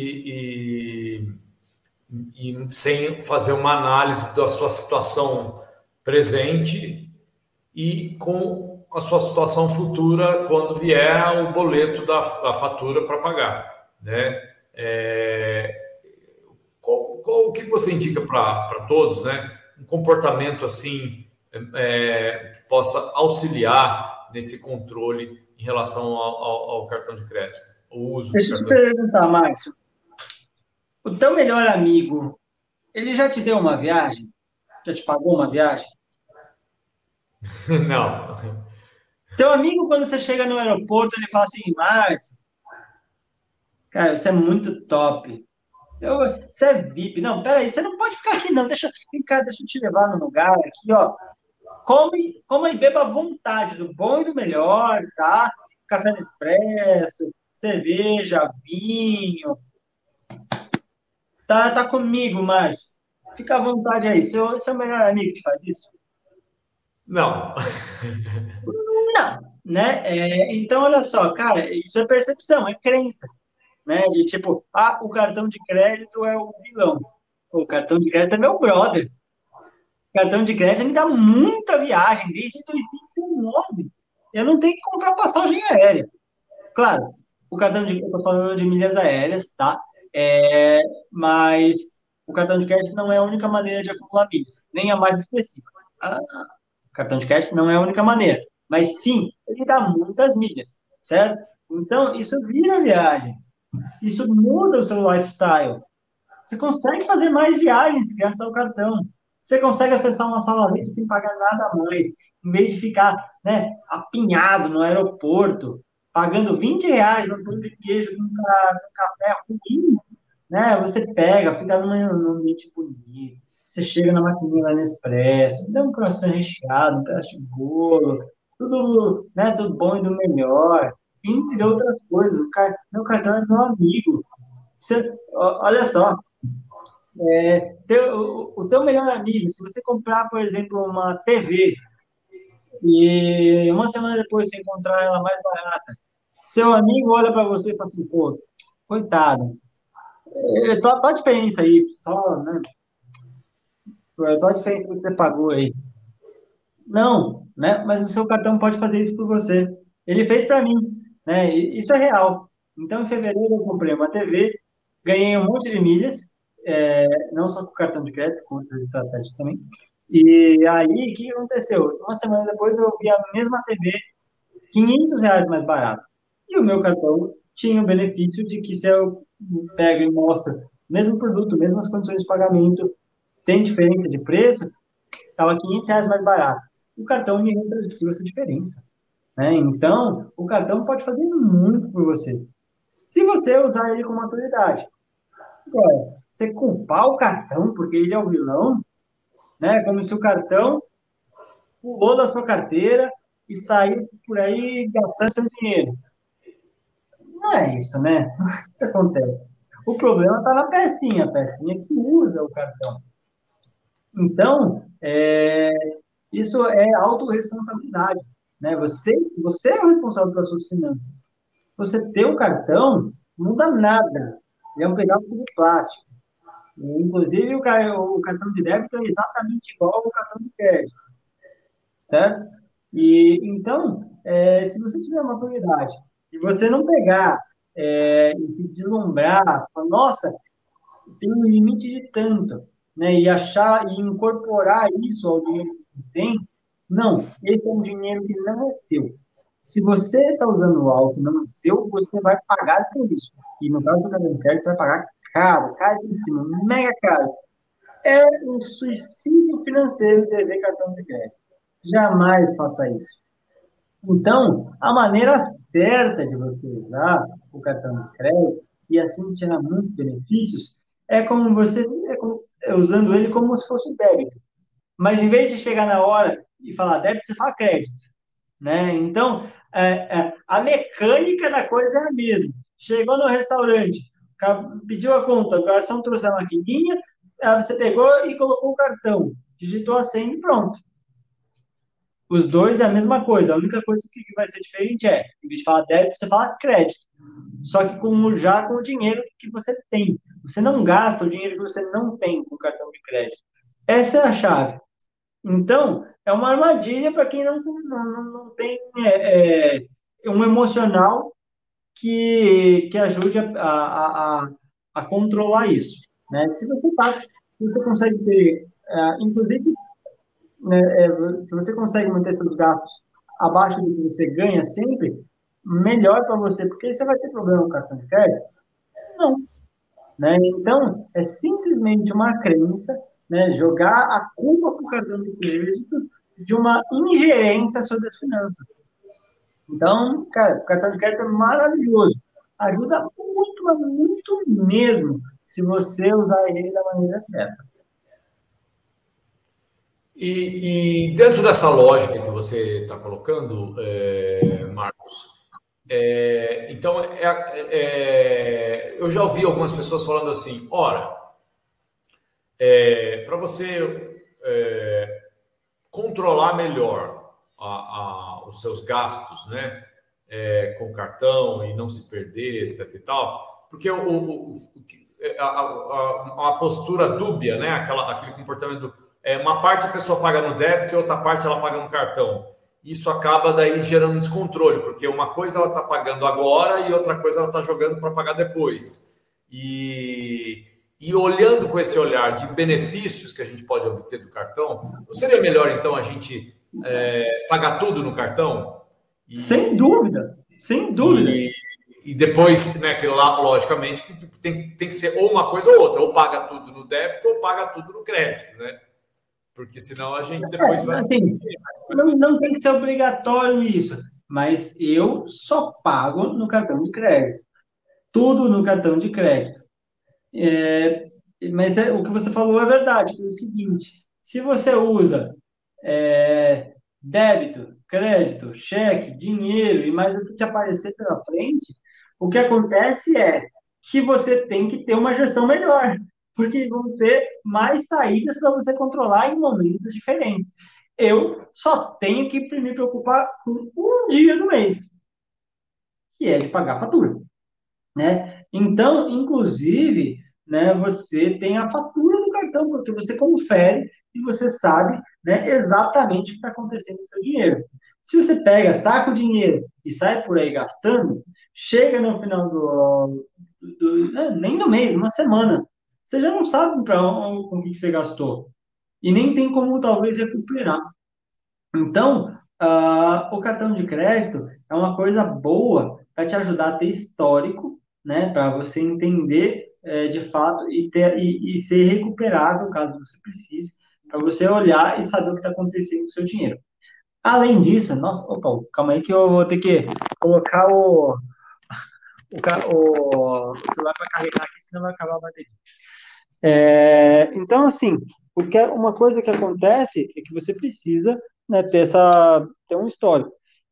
e, e, e sem fazer uma análise da sua situação presente e com a sua situação futura quando vier o boleto da, da fatura para pagar, né? É, qual, qual, o que você indica para todos, né? Um comportamento assim é, que possa auxiliar nesse controle em relação ao, ao, ao cartão de crédito, o uso Deixa do eu te cartão de perguntar, Márcio, o teu melhor amigo, ele já te deu uma viagem? Já te pagou uma viagem? crédito. Não. Teu amigo, quando você chega no aeroporto, ele fala assim, Márcio, cara, você é muito top. Eu, você é V I P. Não, peraí, você não pode ficar aqui, não. Deixa, vem cá, deixa eu te levar no lugar aqui, ó. Come, coma e beba à vontade, do bom e do melhor, tá? Café Nespresso, cerveja, vinho. Tá, tá comigo, Márcio. Fica à vontade aí. Seu, seu melhor amigo te faz isso? Não. Não, né? É, então, olha só, cara, isso é percepção, é crença, né? De tipo, ah, o cartão de crédito é o vilão. O cartão de crédito é meu brother. O cartão de crédito me dá muita viagem desde dois mil e dezenove. Eu não tenho que comprar passagem aérea. Claro, o cartão de, eu tô falando de milhas aéreas, tá? É, mas o cartão de crédito não é a única maneira de acumular milhas, nem a mais específica. Ah, o cartão de crédito não é a única maneira, mas sim, ele dá muitas milhas, certo? Então, isso vira viagem. Isso muda o seu lifestyle. Você consegue fazer mais viagens graças ao cartão. Você consegue acessar uma sala V I P sem pagar nada a mais, em vez de ficar, né, apinhado no aeroporto, pagando vinte reais no pão de queijo com um café ruim, né? Você pega, fica num num ambiente bonito. Você chega na maquininha da Nespresso, dá um croissant recheado, um pedaço de bolo, tudo, né, tudo bom e do melhor, entre outras coisas. O car... Meu cartão é meu amigo. Você... Olha só, é, teu, o, o teu melhor amigo, se você comprar, por exemplo, uma T V e uma semana depois você encontrar ela mais barata, seu amigo olha para você e fala assim, pô, coitado, é, qual a diferença aí? Só, né? Qual a diferença que você pagou aí? Não, né? Mas o seu cartão pode fazer isso por você. Ele fez para mim, né? E isso é real. Então, em fevereiro, eu comprei uma T V, ganhei um monte de milhas, é, não só com cartão de crédito, com outras estratégias também. E aí, o que aconteceu? Uma semana depois, eu vi a mesma T V, quinhentos reais mais barato. E o meu cartão tinha o benefício de que se eu pego e mostro o mesmo produto, mesmas condições de pagamento, tem diferença de preço, estava quinhentos reais mais barato. O cartão me ressarciu essa diferença. Né? Então, o cartão pode fazer muito por você. Se você usar ele com maturidade. Agora, você culpar o cartão porque ele é o vilão, né? Como se o cartão pulou da sua carteira e saiu por aí gastando seu dinheiro. Não é isso, né? Não é isso que acontece. O problema está na pecinha, a pecinha que usa o cartão. Então, é, isso é autorresponsabilidade. Né? Você, você é o responsável pelas suas finanças. Você ter o cartão não muda nada. Ele é um pedaço de plástico. E, inclusive, o, o cartão de débito é exatamente igual ao cartão de crédito. Certo? E, então, é, se você tiver uma prioridade e você não pegar é, e se deslumbrar, falar, nossa, tem um limite de tanto, né? E achar e incorporar isso ao dinheiro que tem, não, esse é um dinheiro que não é seu. Se você está usando algo que não é seu, você vai pagar por isso. E no caso do cartão de crédito, você vai pagar caro, caríssimo, mega caro. É um suicídio financeiro dever cartão de crédito. Jamais faça isso. Então, a maneira certa de você usar o cartão de crédito e assim tirar muitos benefícios é como você é como, é usando ele como se fosse débito. Mas em vez de chegar na hora e falar débito, você fala crédito, né? Então, é, é, a mecânica da coisa é a mesma. Chegou no restaurante, pediu a conta, o garçom trouxe a maquininha, você pegou e colocou o cartão, digitou a senha e pronto. Os dois é a mesma coisa. A única coisa que vai ser diferente é, em vez de falar débito, você fala crédito. Só que com, já com o dinheiro que você tem. Você não gasta o dinheiro que você não tem com o cartão de crédito. Essa é a chave. Então, é uma armadilha para quem não, não, não tem é, é, um emocional que, que ajude a, a, a, a controlar isso. Né? Se você tá, você consegue ter, é, inclusive, né, é, se você consegue manter seus gastos abaixo do que você ganha sempre, melhor para você, porque você vai ter problema com o cartão de crédito? Não. Né? Então, é simplesmente uma crença, né, jogar a culpa para o cartão de crédito de uma ingerência sobre as finanças. Então, cara, o cartão de crédito é maravilhoso. Ajuda muito, mas muito mesmo, se você usar ele da maneira certa. E, e dentro dessa lógica que você está colocando, é, Marcos, é, então é, é, eu já ouvi algumas pessoas falando assim, ora, é, para você é, controlar melhor a, a, os seus gastos, né, é, com cartão e não se perder, etc e tal, porque o, o, o, a, a, a postura dúbia, né, aquela, aquele comportamento, é, uma parte a pessoa paga no débito e outra parte ela paga no cartão. Isso acaba daí gerando um descontrole, porque uma coisa ela está pagando agora e outra coisa ela está jogando para pagar depois. E, e olhando com esse olhar de benefícios que a gente pode obter do cartão, não seria melhor então a gente é, pagar tudo no cartão? E, sem dúvida, sem dúvida. E, e depois, né, que lá, logicamente, que tem, tem que ser ou uma coisa ou outra, ou paga tudo no débito ou paga tudo no crédito, né? Porque senão a gente depois É, vai... assim, não, não tem que ser obrigatório isso, mas eu só pago no cartão de crédito. Tudo no cartão de crédito. É, mas é, o que você falou é verdade, é o seguinte, se você usa é, débito, crédito, cheque, dinheiro e mais o que te aparecer pela frente, o que acontece é que você tem que ter uma gestão melhor, porque vão ter mais saídas para você controlar em momentos diferentes. Eu só tenho que me preocupar com um dia do mês, que é de pagar a fatura, né? Então, inclusive, né, você tem a fatura no cartão, porque você confere e você sabe, né, exatamente o que está acontecendo com o seu dinheiro. Se você pega, saca o dinheiro e sai por aí gastando, chega no final do, do, do né, nem do mês, uma semana, você já não sabe para com o que você gastou e nem tem como talvez recuperar. Então, ah, o cartão de crédito é uma coisa boa para te ajudar a ter histórico, né? Para você entender eh, de fato e, ter, e, e ser recuperável caso você precise, para você olhar e saber o que está acontecendo com o seu dinheiro. Além disso, nossa, opa, calma aí que eu vou ter que colocar o, o, ca- o, o celular para carregar aqui, senão vai acabar a bateria. É, então, assim, o que é- uma coisa que acontece é que você precisa, né, ter essa, ter um histórico.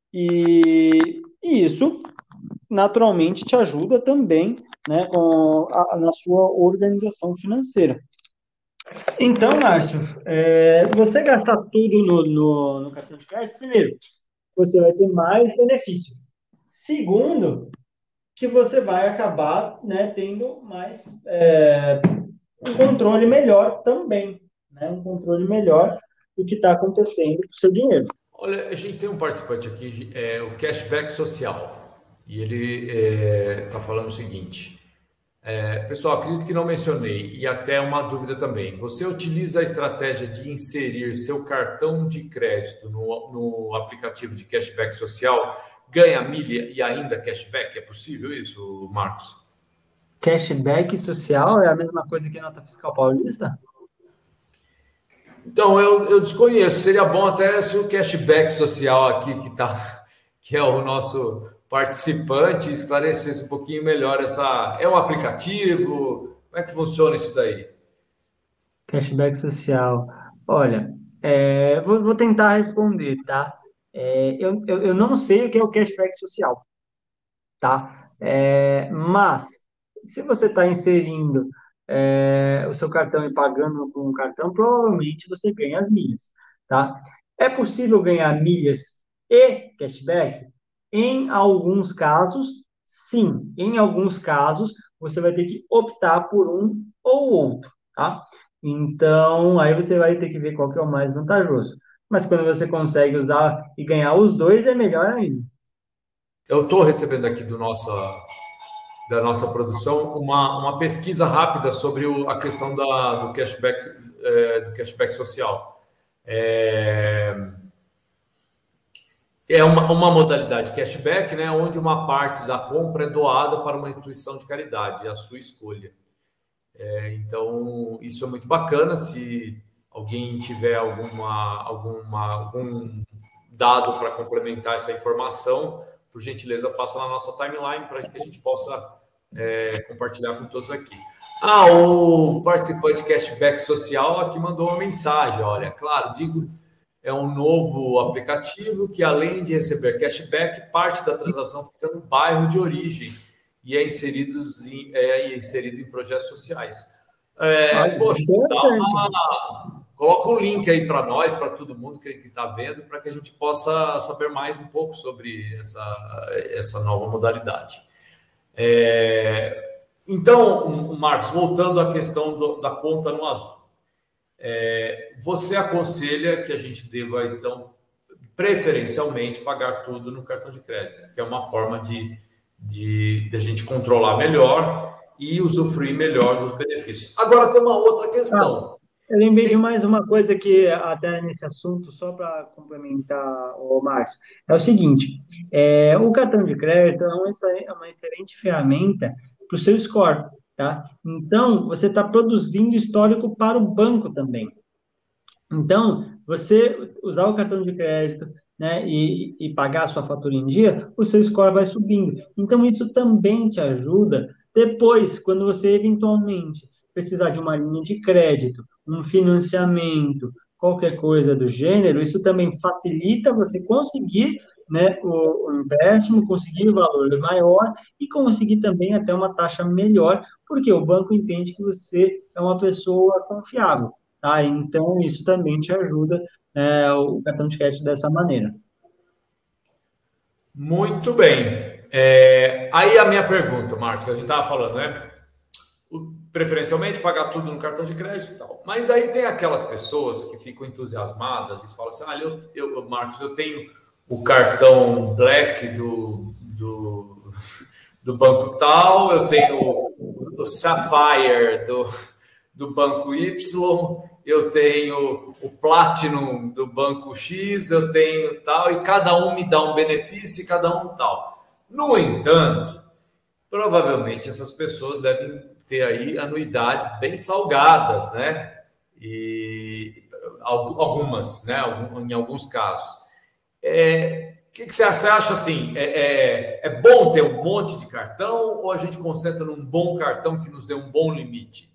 E, e isso, naturalmente, te ajuda também, né, com a- na sua organização financeira. Então, Márcio, é, você gastar tudo no, no, no cartão de crédito, primeiro, você vai ter mais benefício. Segundo, que você vai acabar, né, tendo mais é, um controle melhor também, né? Um controle melhor do que está acontecendo com o seu dinheiro. Olha, a gente tem um participante aqui, é, o Cashback Social, e ele está falando o seguinte: é, pessoal, acredito que não mencionei, e até uma dúvida também. Você utiliza a estratégia de inserir seu cartão de crédito no, no aplicativo de Cashback Social, ganha milha e ainda cashback? É possível isso, Marcos? Cashback social é a mesma coisa que a nota fiscal paulista? Então, eu, eu desconheço. Seria bom até se o Cashback Social aqui, que, tá, que é o nosso participante, esclarecesse um pouquinho melhor essa... É um aplicativo? Como é que funciona isso daí? Cashback social. Olha, é, vou, vou tentar responder, tá? É, eu, eu, eu não sei o que é o cashback social, tá? É, mas, se você está inserindo é, o seu cartão e pagando com o cartão, provavelmente você ganha as milhas, tá? É possível ganhar milhas e cashback? Em alguns casos, sim. Em alguns casos, você vai ter que optar por um ou outro, tá? Então, aí você vai ter que ver qual que é o mais vantajoso. Mas quando você consegue usar e ganhar os dois, é melhor ainda. Eu estou recebendo aqui do nossa, da nossa produção uma, uma pesquisa rápida sobre o, a questão da, do, cashback, é, do cashback social. É, é uma, uma modalidade cashback, né, onde uma parte da compra é doada para uma instituição de caridade, é a sua escolha. É, então, isso é muito bacana. Se alguém tiver alguma, alguma, algum dado para complementar essa informação, por gentileza, faça na nossa timeline para que a gente possa é, compartilhar com todos aqui. Ah, o participante Cashback Social aqui mandou uma mensagem. Olha, claro, digo, é um novo aplicativo que, além de receber cashback, parte da transação fica no bairro de origem e é inserido em, é inserido em projetos sociais. É, Olha, poxa, dá interessante. uma, coloca um link aí para nós, para todo mundo que está vendo, para que a gente possa saber mais um pouco sobre essa, essa nova modalidade. É, então, Marcos, voltando à questão do, da conta no azul. É, você aconselha que a gente deva, então, preferencialmente pagar tudo no cartão de crédito, que é uma forma de, de, de a gente controlar melhor e usufruir melhor dos benefícios. Agora tem uma outra Ah, questão. Eu lembrei de mais uma coisa que, até nesse assunto, só para complementar, o Márcio, é o seguinte: é, o cartão de crédito é uma excelente, é uma excelente ferramenta para o seu score, tá? Então, você está produzindo histórico para o banco também. Então, você usar o cartão de crédito, né, e, e pagar a sua fatura em dia, o seu score vai subindo. Então, isso também te ajuda depois, quando você eventualmente precisar de uma linha de crédito, um financiamento, qualquer coisa do gênero, isso também facilita você conseguir, né, o, o empréstimo, conseguir o valor maior e conseguir também até uma taxa melhor, porque o banco entende que você é uma pessoa confiável. Ah, então isso também te ajuda, é, o cartão de crédito dessa maneira. Muito bem. É, aí a minha pergunta, Marcos, a gente estava falando, né? O- Preferencialmente pagar tudo no cartão de crédito e tal. Mas aí tem aquelas pessoas que ficam entusiasmadas e falam assim: ah, eu, eu, Marcos, eu tenho o cartão Black do, do, do banco tal, eu tenho o, o Sapphire do, do banco Y, eu tenho o Platinum do banco X, eu tenho tal, e cada um me dá um benefício e cada um tal. No entanto, provavelmente essas pessoas devem ter aí anuidades bem salgadas, né? E algumas, né? Em alguns casos. É, o que, que você acha? Você acha assim? É, é, é bom ter um monte de cartão ou a gente concentra num bom cartão que nos dê um bom limite?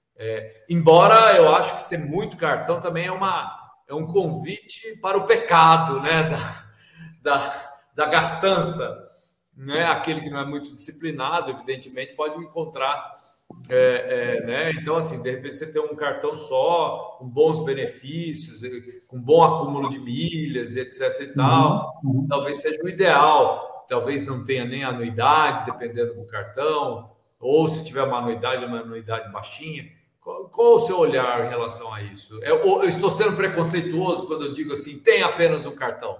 Embora eu acho que ter muito cartão também é, uma, é um convite para o pecado, né? Da, da, da gastança, né? Aquele que não é muito disciplinado, evidentemente, pode encontrar. É, é, né? Então, assim, de repente você tem um cartão só, com bons benefícios, com bom acúmulo de milhas, etc e Uhum, tal, uhum. talvez seja o ideal. Talvez não tenha nem anuidade, dependendo do cartão, ou se tiver uma anuidade, uma anuidade baixinha. Qual, qual o seu olhar em relação a isso? Eu, eu estou sendo preconceituoso quando eu digo assim, tem apenas um cartão.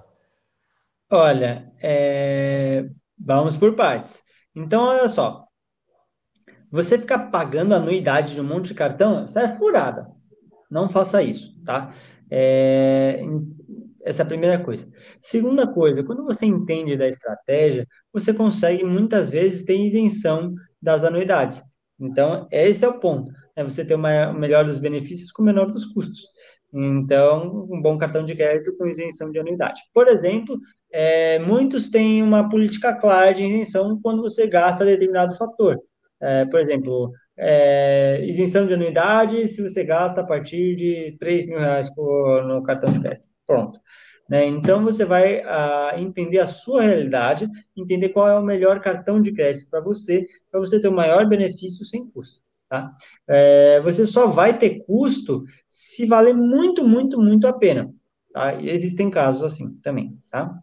Olha, é, vamos por partes. Então, olha só, você ficar pagando anuidade de um monte de cartão, isso é furada. Não faça isso, tá? É, essa é a primeira coisa. Segunda coisa, quando você entende da estratégia, você consegue muitas vezes ter isenção das anuidades. Então, esse é o ponto, né? Você ter o maior- o melhor dos benefícios com o menor dos custos. Então, um bom cartão de crédito com isenção de anuidade. Por exemplo, é, muitos têm uma política clara de isenção quando você gasta determinado fator. É, por exemplo, é, isenção de anuidade se você gasta a partir de três mil reais por, no cartão de crédito. Pronto. Né? Então, você vai ah, entender a sua realidade, entender qual é o melhor cartão de crédito para você, para você ter o maior benefício sem custo. Tá? É, você só vai ter custo se valer muito, muito, muito a pena. Tá? E existem casos assim também. Tá?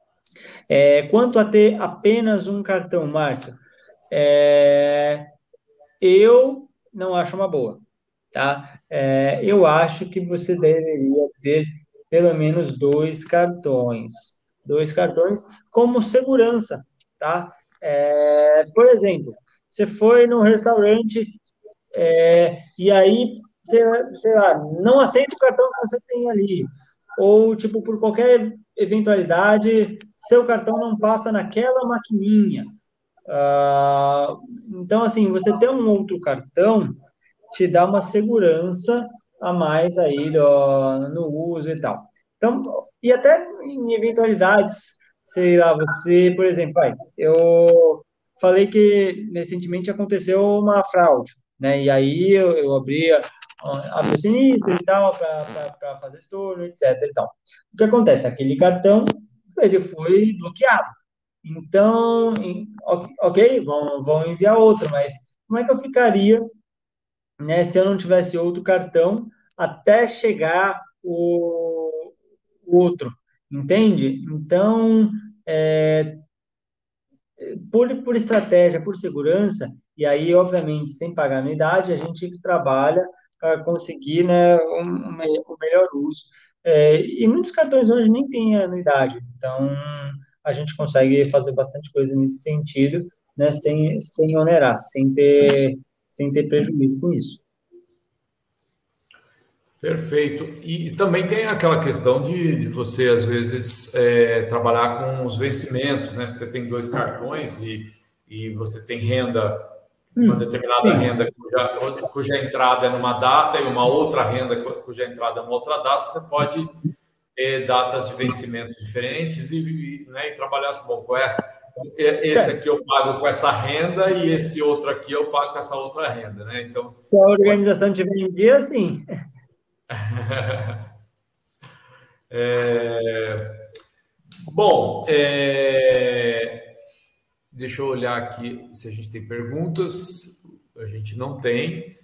É, quanto a ter apenas um cartão, Márcio, é, eu não acho uma boa, tá? É, eu acho que você deveria ter pelo menos dois cartões, dois cartões como segurança, tá? É, por exemplo, você foi num restaurante é, e aí, sei, lá- sei lá, não aceita o cartão que você tem ali, ou tipo por qualquer eventualidade, seu cartão não passa naquela maquininha. Ah, então, assim, você ter um outro cartão te dá uma segurança a mais aí do, no uso e tal. Então, e até em eventualidades, sei lá, você, por exemplo, vai, eu falei que recentemente aconteceu uma fraude, né? E aí eu, eu abri a, abri o sinistro e tal, para fazer estorno, etc e tal. O que acontece? Aquele cartão, ele foi bloqueado. Então, em- ok, ok, vão, vão enviar outro, mas como é que eu ficaria, né, se eu não tivesse outro cartão até chegar o, o outro, entende? Então, é, por, por estratégia, por segurança, e aí, obviamente, sem pagar anuidade, a gente trabalha para conseguir, né, um, um me- o melhor uso. É, e muitos cartões hoje nem têm anuidade, então a gente consegue fazer bastante coisa nesse sentido, né, sem, sem onerar, sem ter, sem ter prejuízo com isso. Perfeito. E, e também tem aquela questão de, de você, às vezes, é, trabalhar com os vencimentos, né? Se você tem dois cartões e, e você tem renda, uma Hum, determinada sim, renda cuja, cuja entrada é numa data e uma outra renda cuja entrada é numa outra data, você pode ter datas de vencimento diferentes e, e, né, e trabalhar assim, bom, qual é, esse é. aqui eu pago com essa renda e esse outro aqui eu pago com essa outra renda, né? Então, Se a pode organização tiver em dia, sim. É, bom, é, deixa eu olhar aqui se a gente tem perguntas. A gente não tem.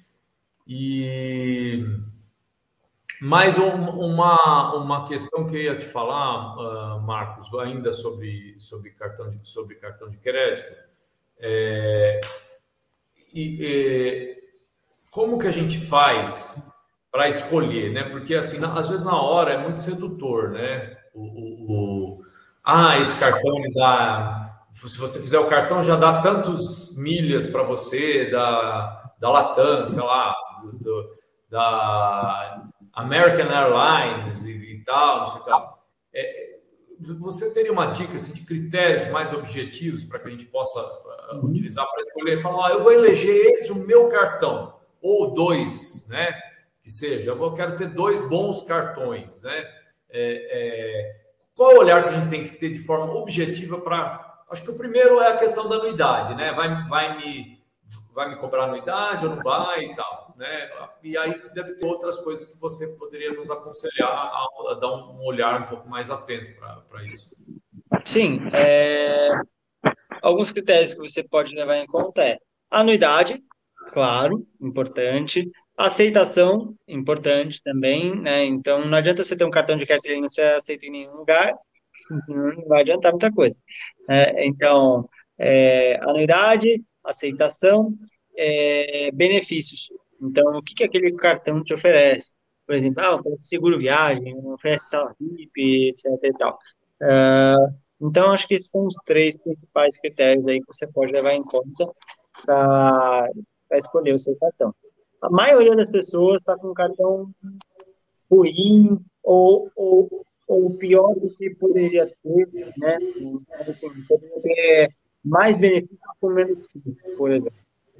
E mais um- uma, uma questão que eu ia te falar, ah, Marcos, ainda sobre, sobre, cartão de, sobre cartão de crédito. É, e, e como que a gente faz para escolher, né? Porque assim, na- às vezes na hora é muito sedutor, né? O, o- o- ah, esse cartão ele dá. Se você fizer o cartão, já dá tantos milhas para você da, da Latam, sei lá, do- do- da American Airlines e, e tal, não sei o que lá. É, você teria uma dica assim, de critérios mais objetivos para que a gente possa uh, Uhum. utilizar para escolher? Falar, ah, eu vou eleger esse o meu cartão ou dois, né? Que seja, eu quero ter dois bons cartões, né? É, é, qual é o olhar que a gente tem que ter de forma objetiva para. Acho que o primeiro é a questão da anuidade, né? Vai, vai, me, vai me cobrar anuidade ou não vai e tal, né? E aí deve ter outras coisas que você poderia nos aconselhar a, a dar um olhar um pouco mais atento para isso. Sim, é, alguns critérios que você pode levar em conta é anuidade, claro, importante. Aceitação, importante também, né? Então, não adianta você ter um cartão de crédito e ele não ser aceito em nenhum lugar, não vai adiantar muita coisa. É, então, é, anuidade, aceitação, é, benefícios. Então, o que que aquele cartão te oferece? Por exemplo, ah, oferece seguro viagem, oferece sala V I P, etc e tal. Ah, então, acho que esses são os três principais critérios aí que você pode levar em conta para escolher o seu cartão. A maioria das pessoas está com um cartão ruim ou, ou, ou pior do que poderia ter, né? Então, assim, poderia ter mais benefícios com menos custo, por exemplo.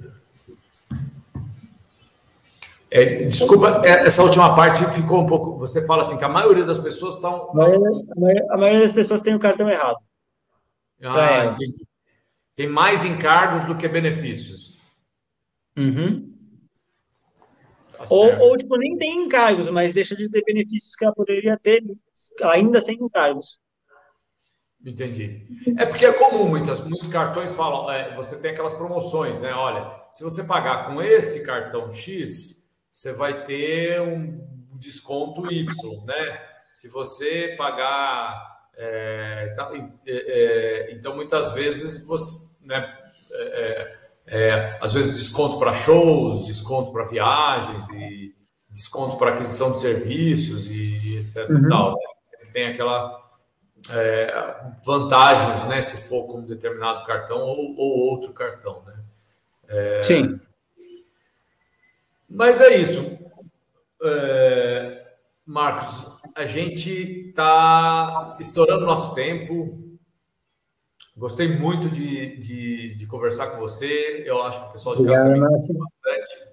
É, desculpa, é, essa última parte ficou um pouco. Você fala assim que a maioria das pessoas estão. A maioria, a maioria, a maioria das pessoas tem o cartão errado para Ah, ela. entendi. Tem mais encargos do que benefícios. Uhum. Tá Ou, certo. ou, tipo, nem tem encargos, mas deixa de ter benefícios que ela poderia ter ainda sem encargos. Entendi. É porque é comum, muitas, muitos cartões falam, é, você tem aquelas promoções, né? Olha, se você pagar com esse cartão X, você vai ter um desconto Y, né? Se você pagar. É, tá, é, é, então, muitas vezes, você, né, é, é, às vezes, desconto para shows, desconto para viagens e desconto para aquisição de serviços e etc e tal, Uhum. né? Você tem aquela é, vantagens, né, se for com um determinado cartão ou, ou outro cartão, né? Sim, Mas é isso, é, Marcos. A gente está estourando nosso tempo. Gostei muito de, de, de conversar com você. Eu acho que o pessoal de casa obrigado, também gostou Márcio. bastante.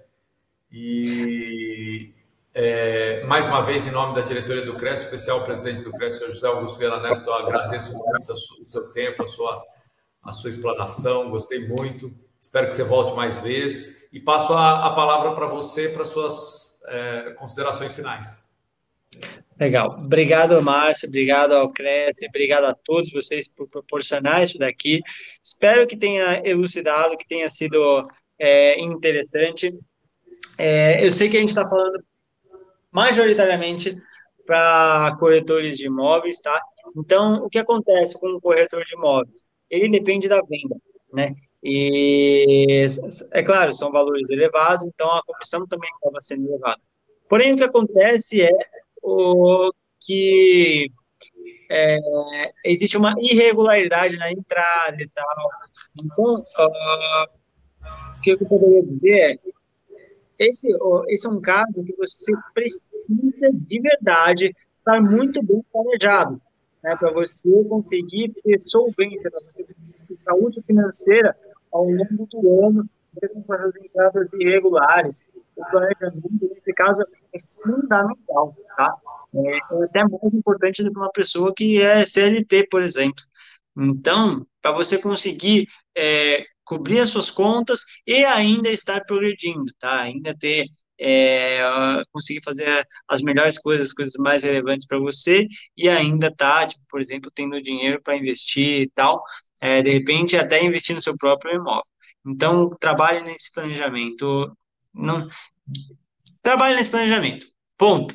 E é, mais uma vez, em nome da diretoria do CRES, especial presidente do CRES, senhor José Augusto Viana Neto, eu agradeço muito o seu tempo, a sua, a sua explanação, gostei muito. Espero que você volte mais vezes. E passo a, a palavra para você, para suas é, considerações finais. Legal. Obrigado, Márcio. Obrigado ao Cresce. Obrigado a todos vocês por proporcionar isso daqui. Espero que tenha elucidado, que tenha sido é, interessante. É, eu sei que a gente está falando majoritariamente para corretores de imóveis, tá? Então, o que acontece com um corretor de imóveis? Ele depende da venda, né? E, é claro, são valores elevados, então a comissão também acaba sendo elevada. Porém, o que acontece é o que é, existe uma irregularidade na entrada e tal. Então, uh, o que eu poderia dizer é esse, esse é um caso que você precisa de verdade estar muito bem planejado, né, para você conseguir ter solvência, para você conseguir ter saúde financeira ao longo do ano, mesmo com essas entradas irregulares. O planejamento, nesse caso, é fundamental, tá? É, é até mais importante do que uma pessoa que é C L T, por exemplo. Então, para você conseguir é, cobrir as suas contas e ainda estar progredindo, tá? Ainda ter, é, conseguir fazer as melhores coisas, as coisas mais relevantes para você e ainda tá, tipo, por exemplo, tendo dinheiro para investir e tal, é, de repente até investir no seu próprio imóvel. Então, trabalhe nesse planejamento, não, trabalhe nesse planejamento. Ponto.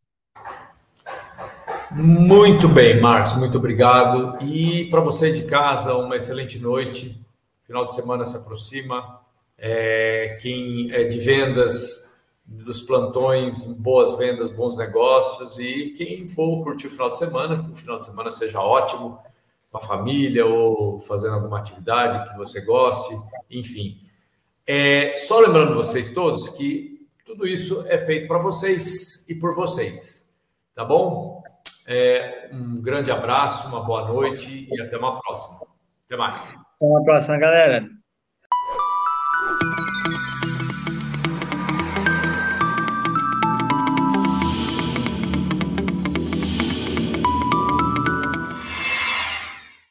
Muito bem, Marcos, muito obrigado. E para você de casa, uma excelente noite. Final de semana se aproxima. É, quem é de vendas, dos plantões, boas vendas, bons negócios. E quem for curtir o final de semana, que o final de semana seja ótimo, com a família ou fazendo alguma atividade que você goste, enfim. É, só lembrando vocês todos que tudo isso é feito para vocês e por vocês, tá bom? É, um grande abraço, uma boa noite e até uma próxima. Até mais. Até a próxima, galera.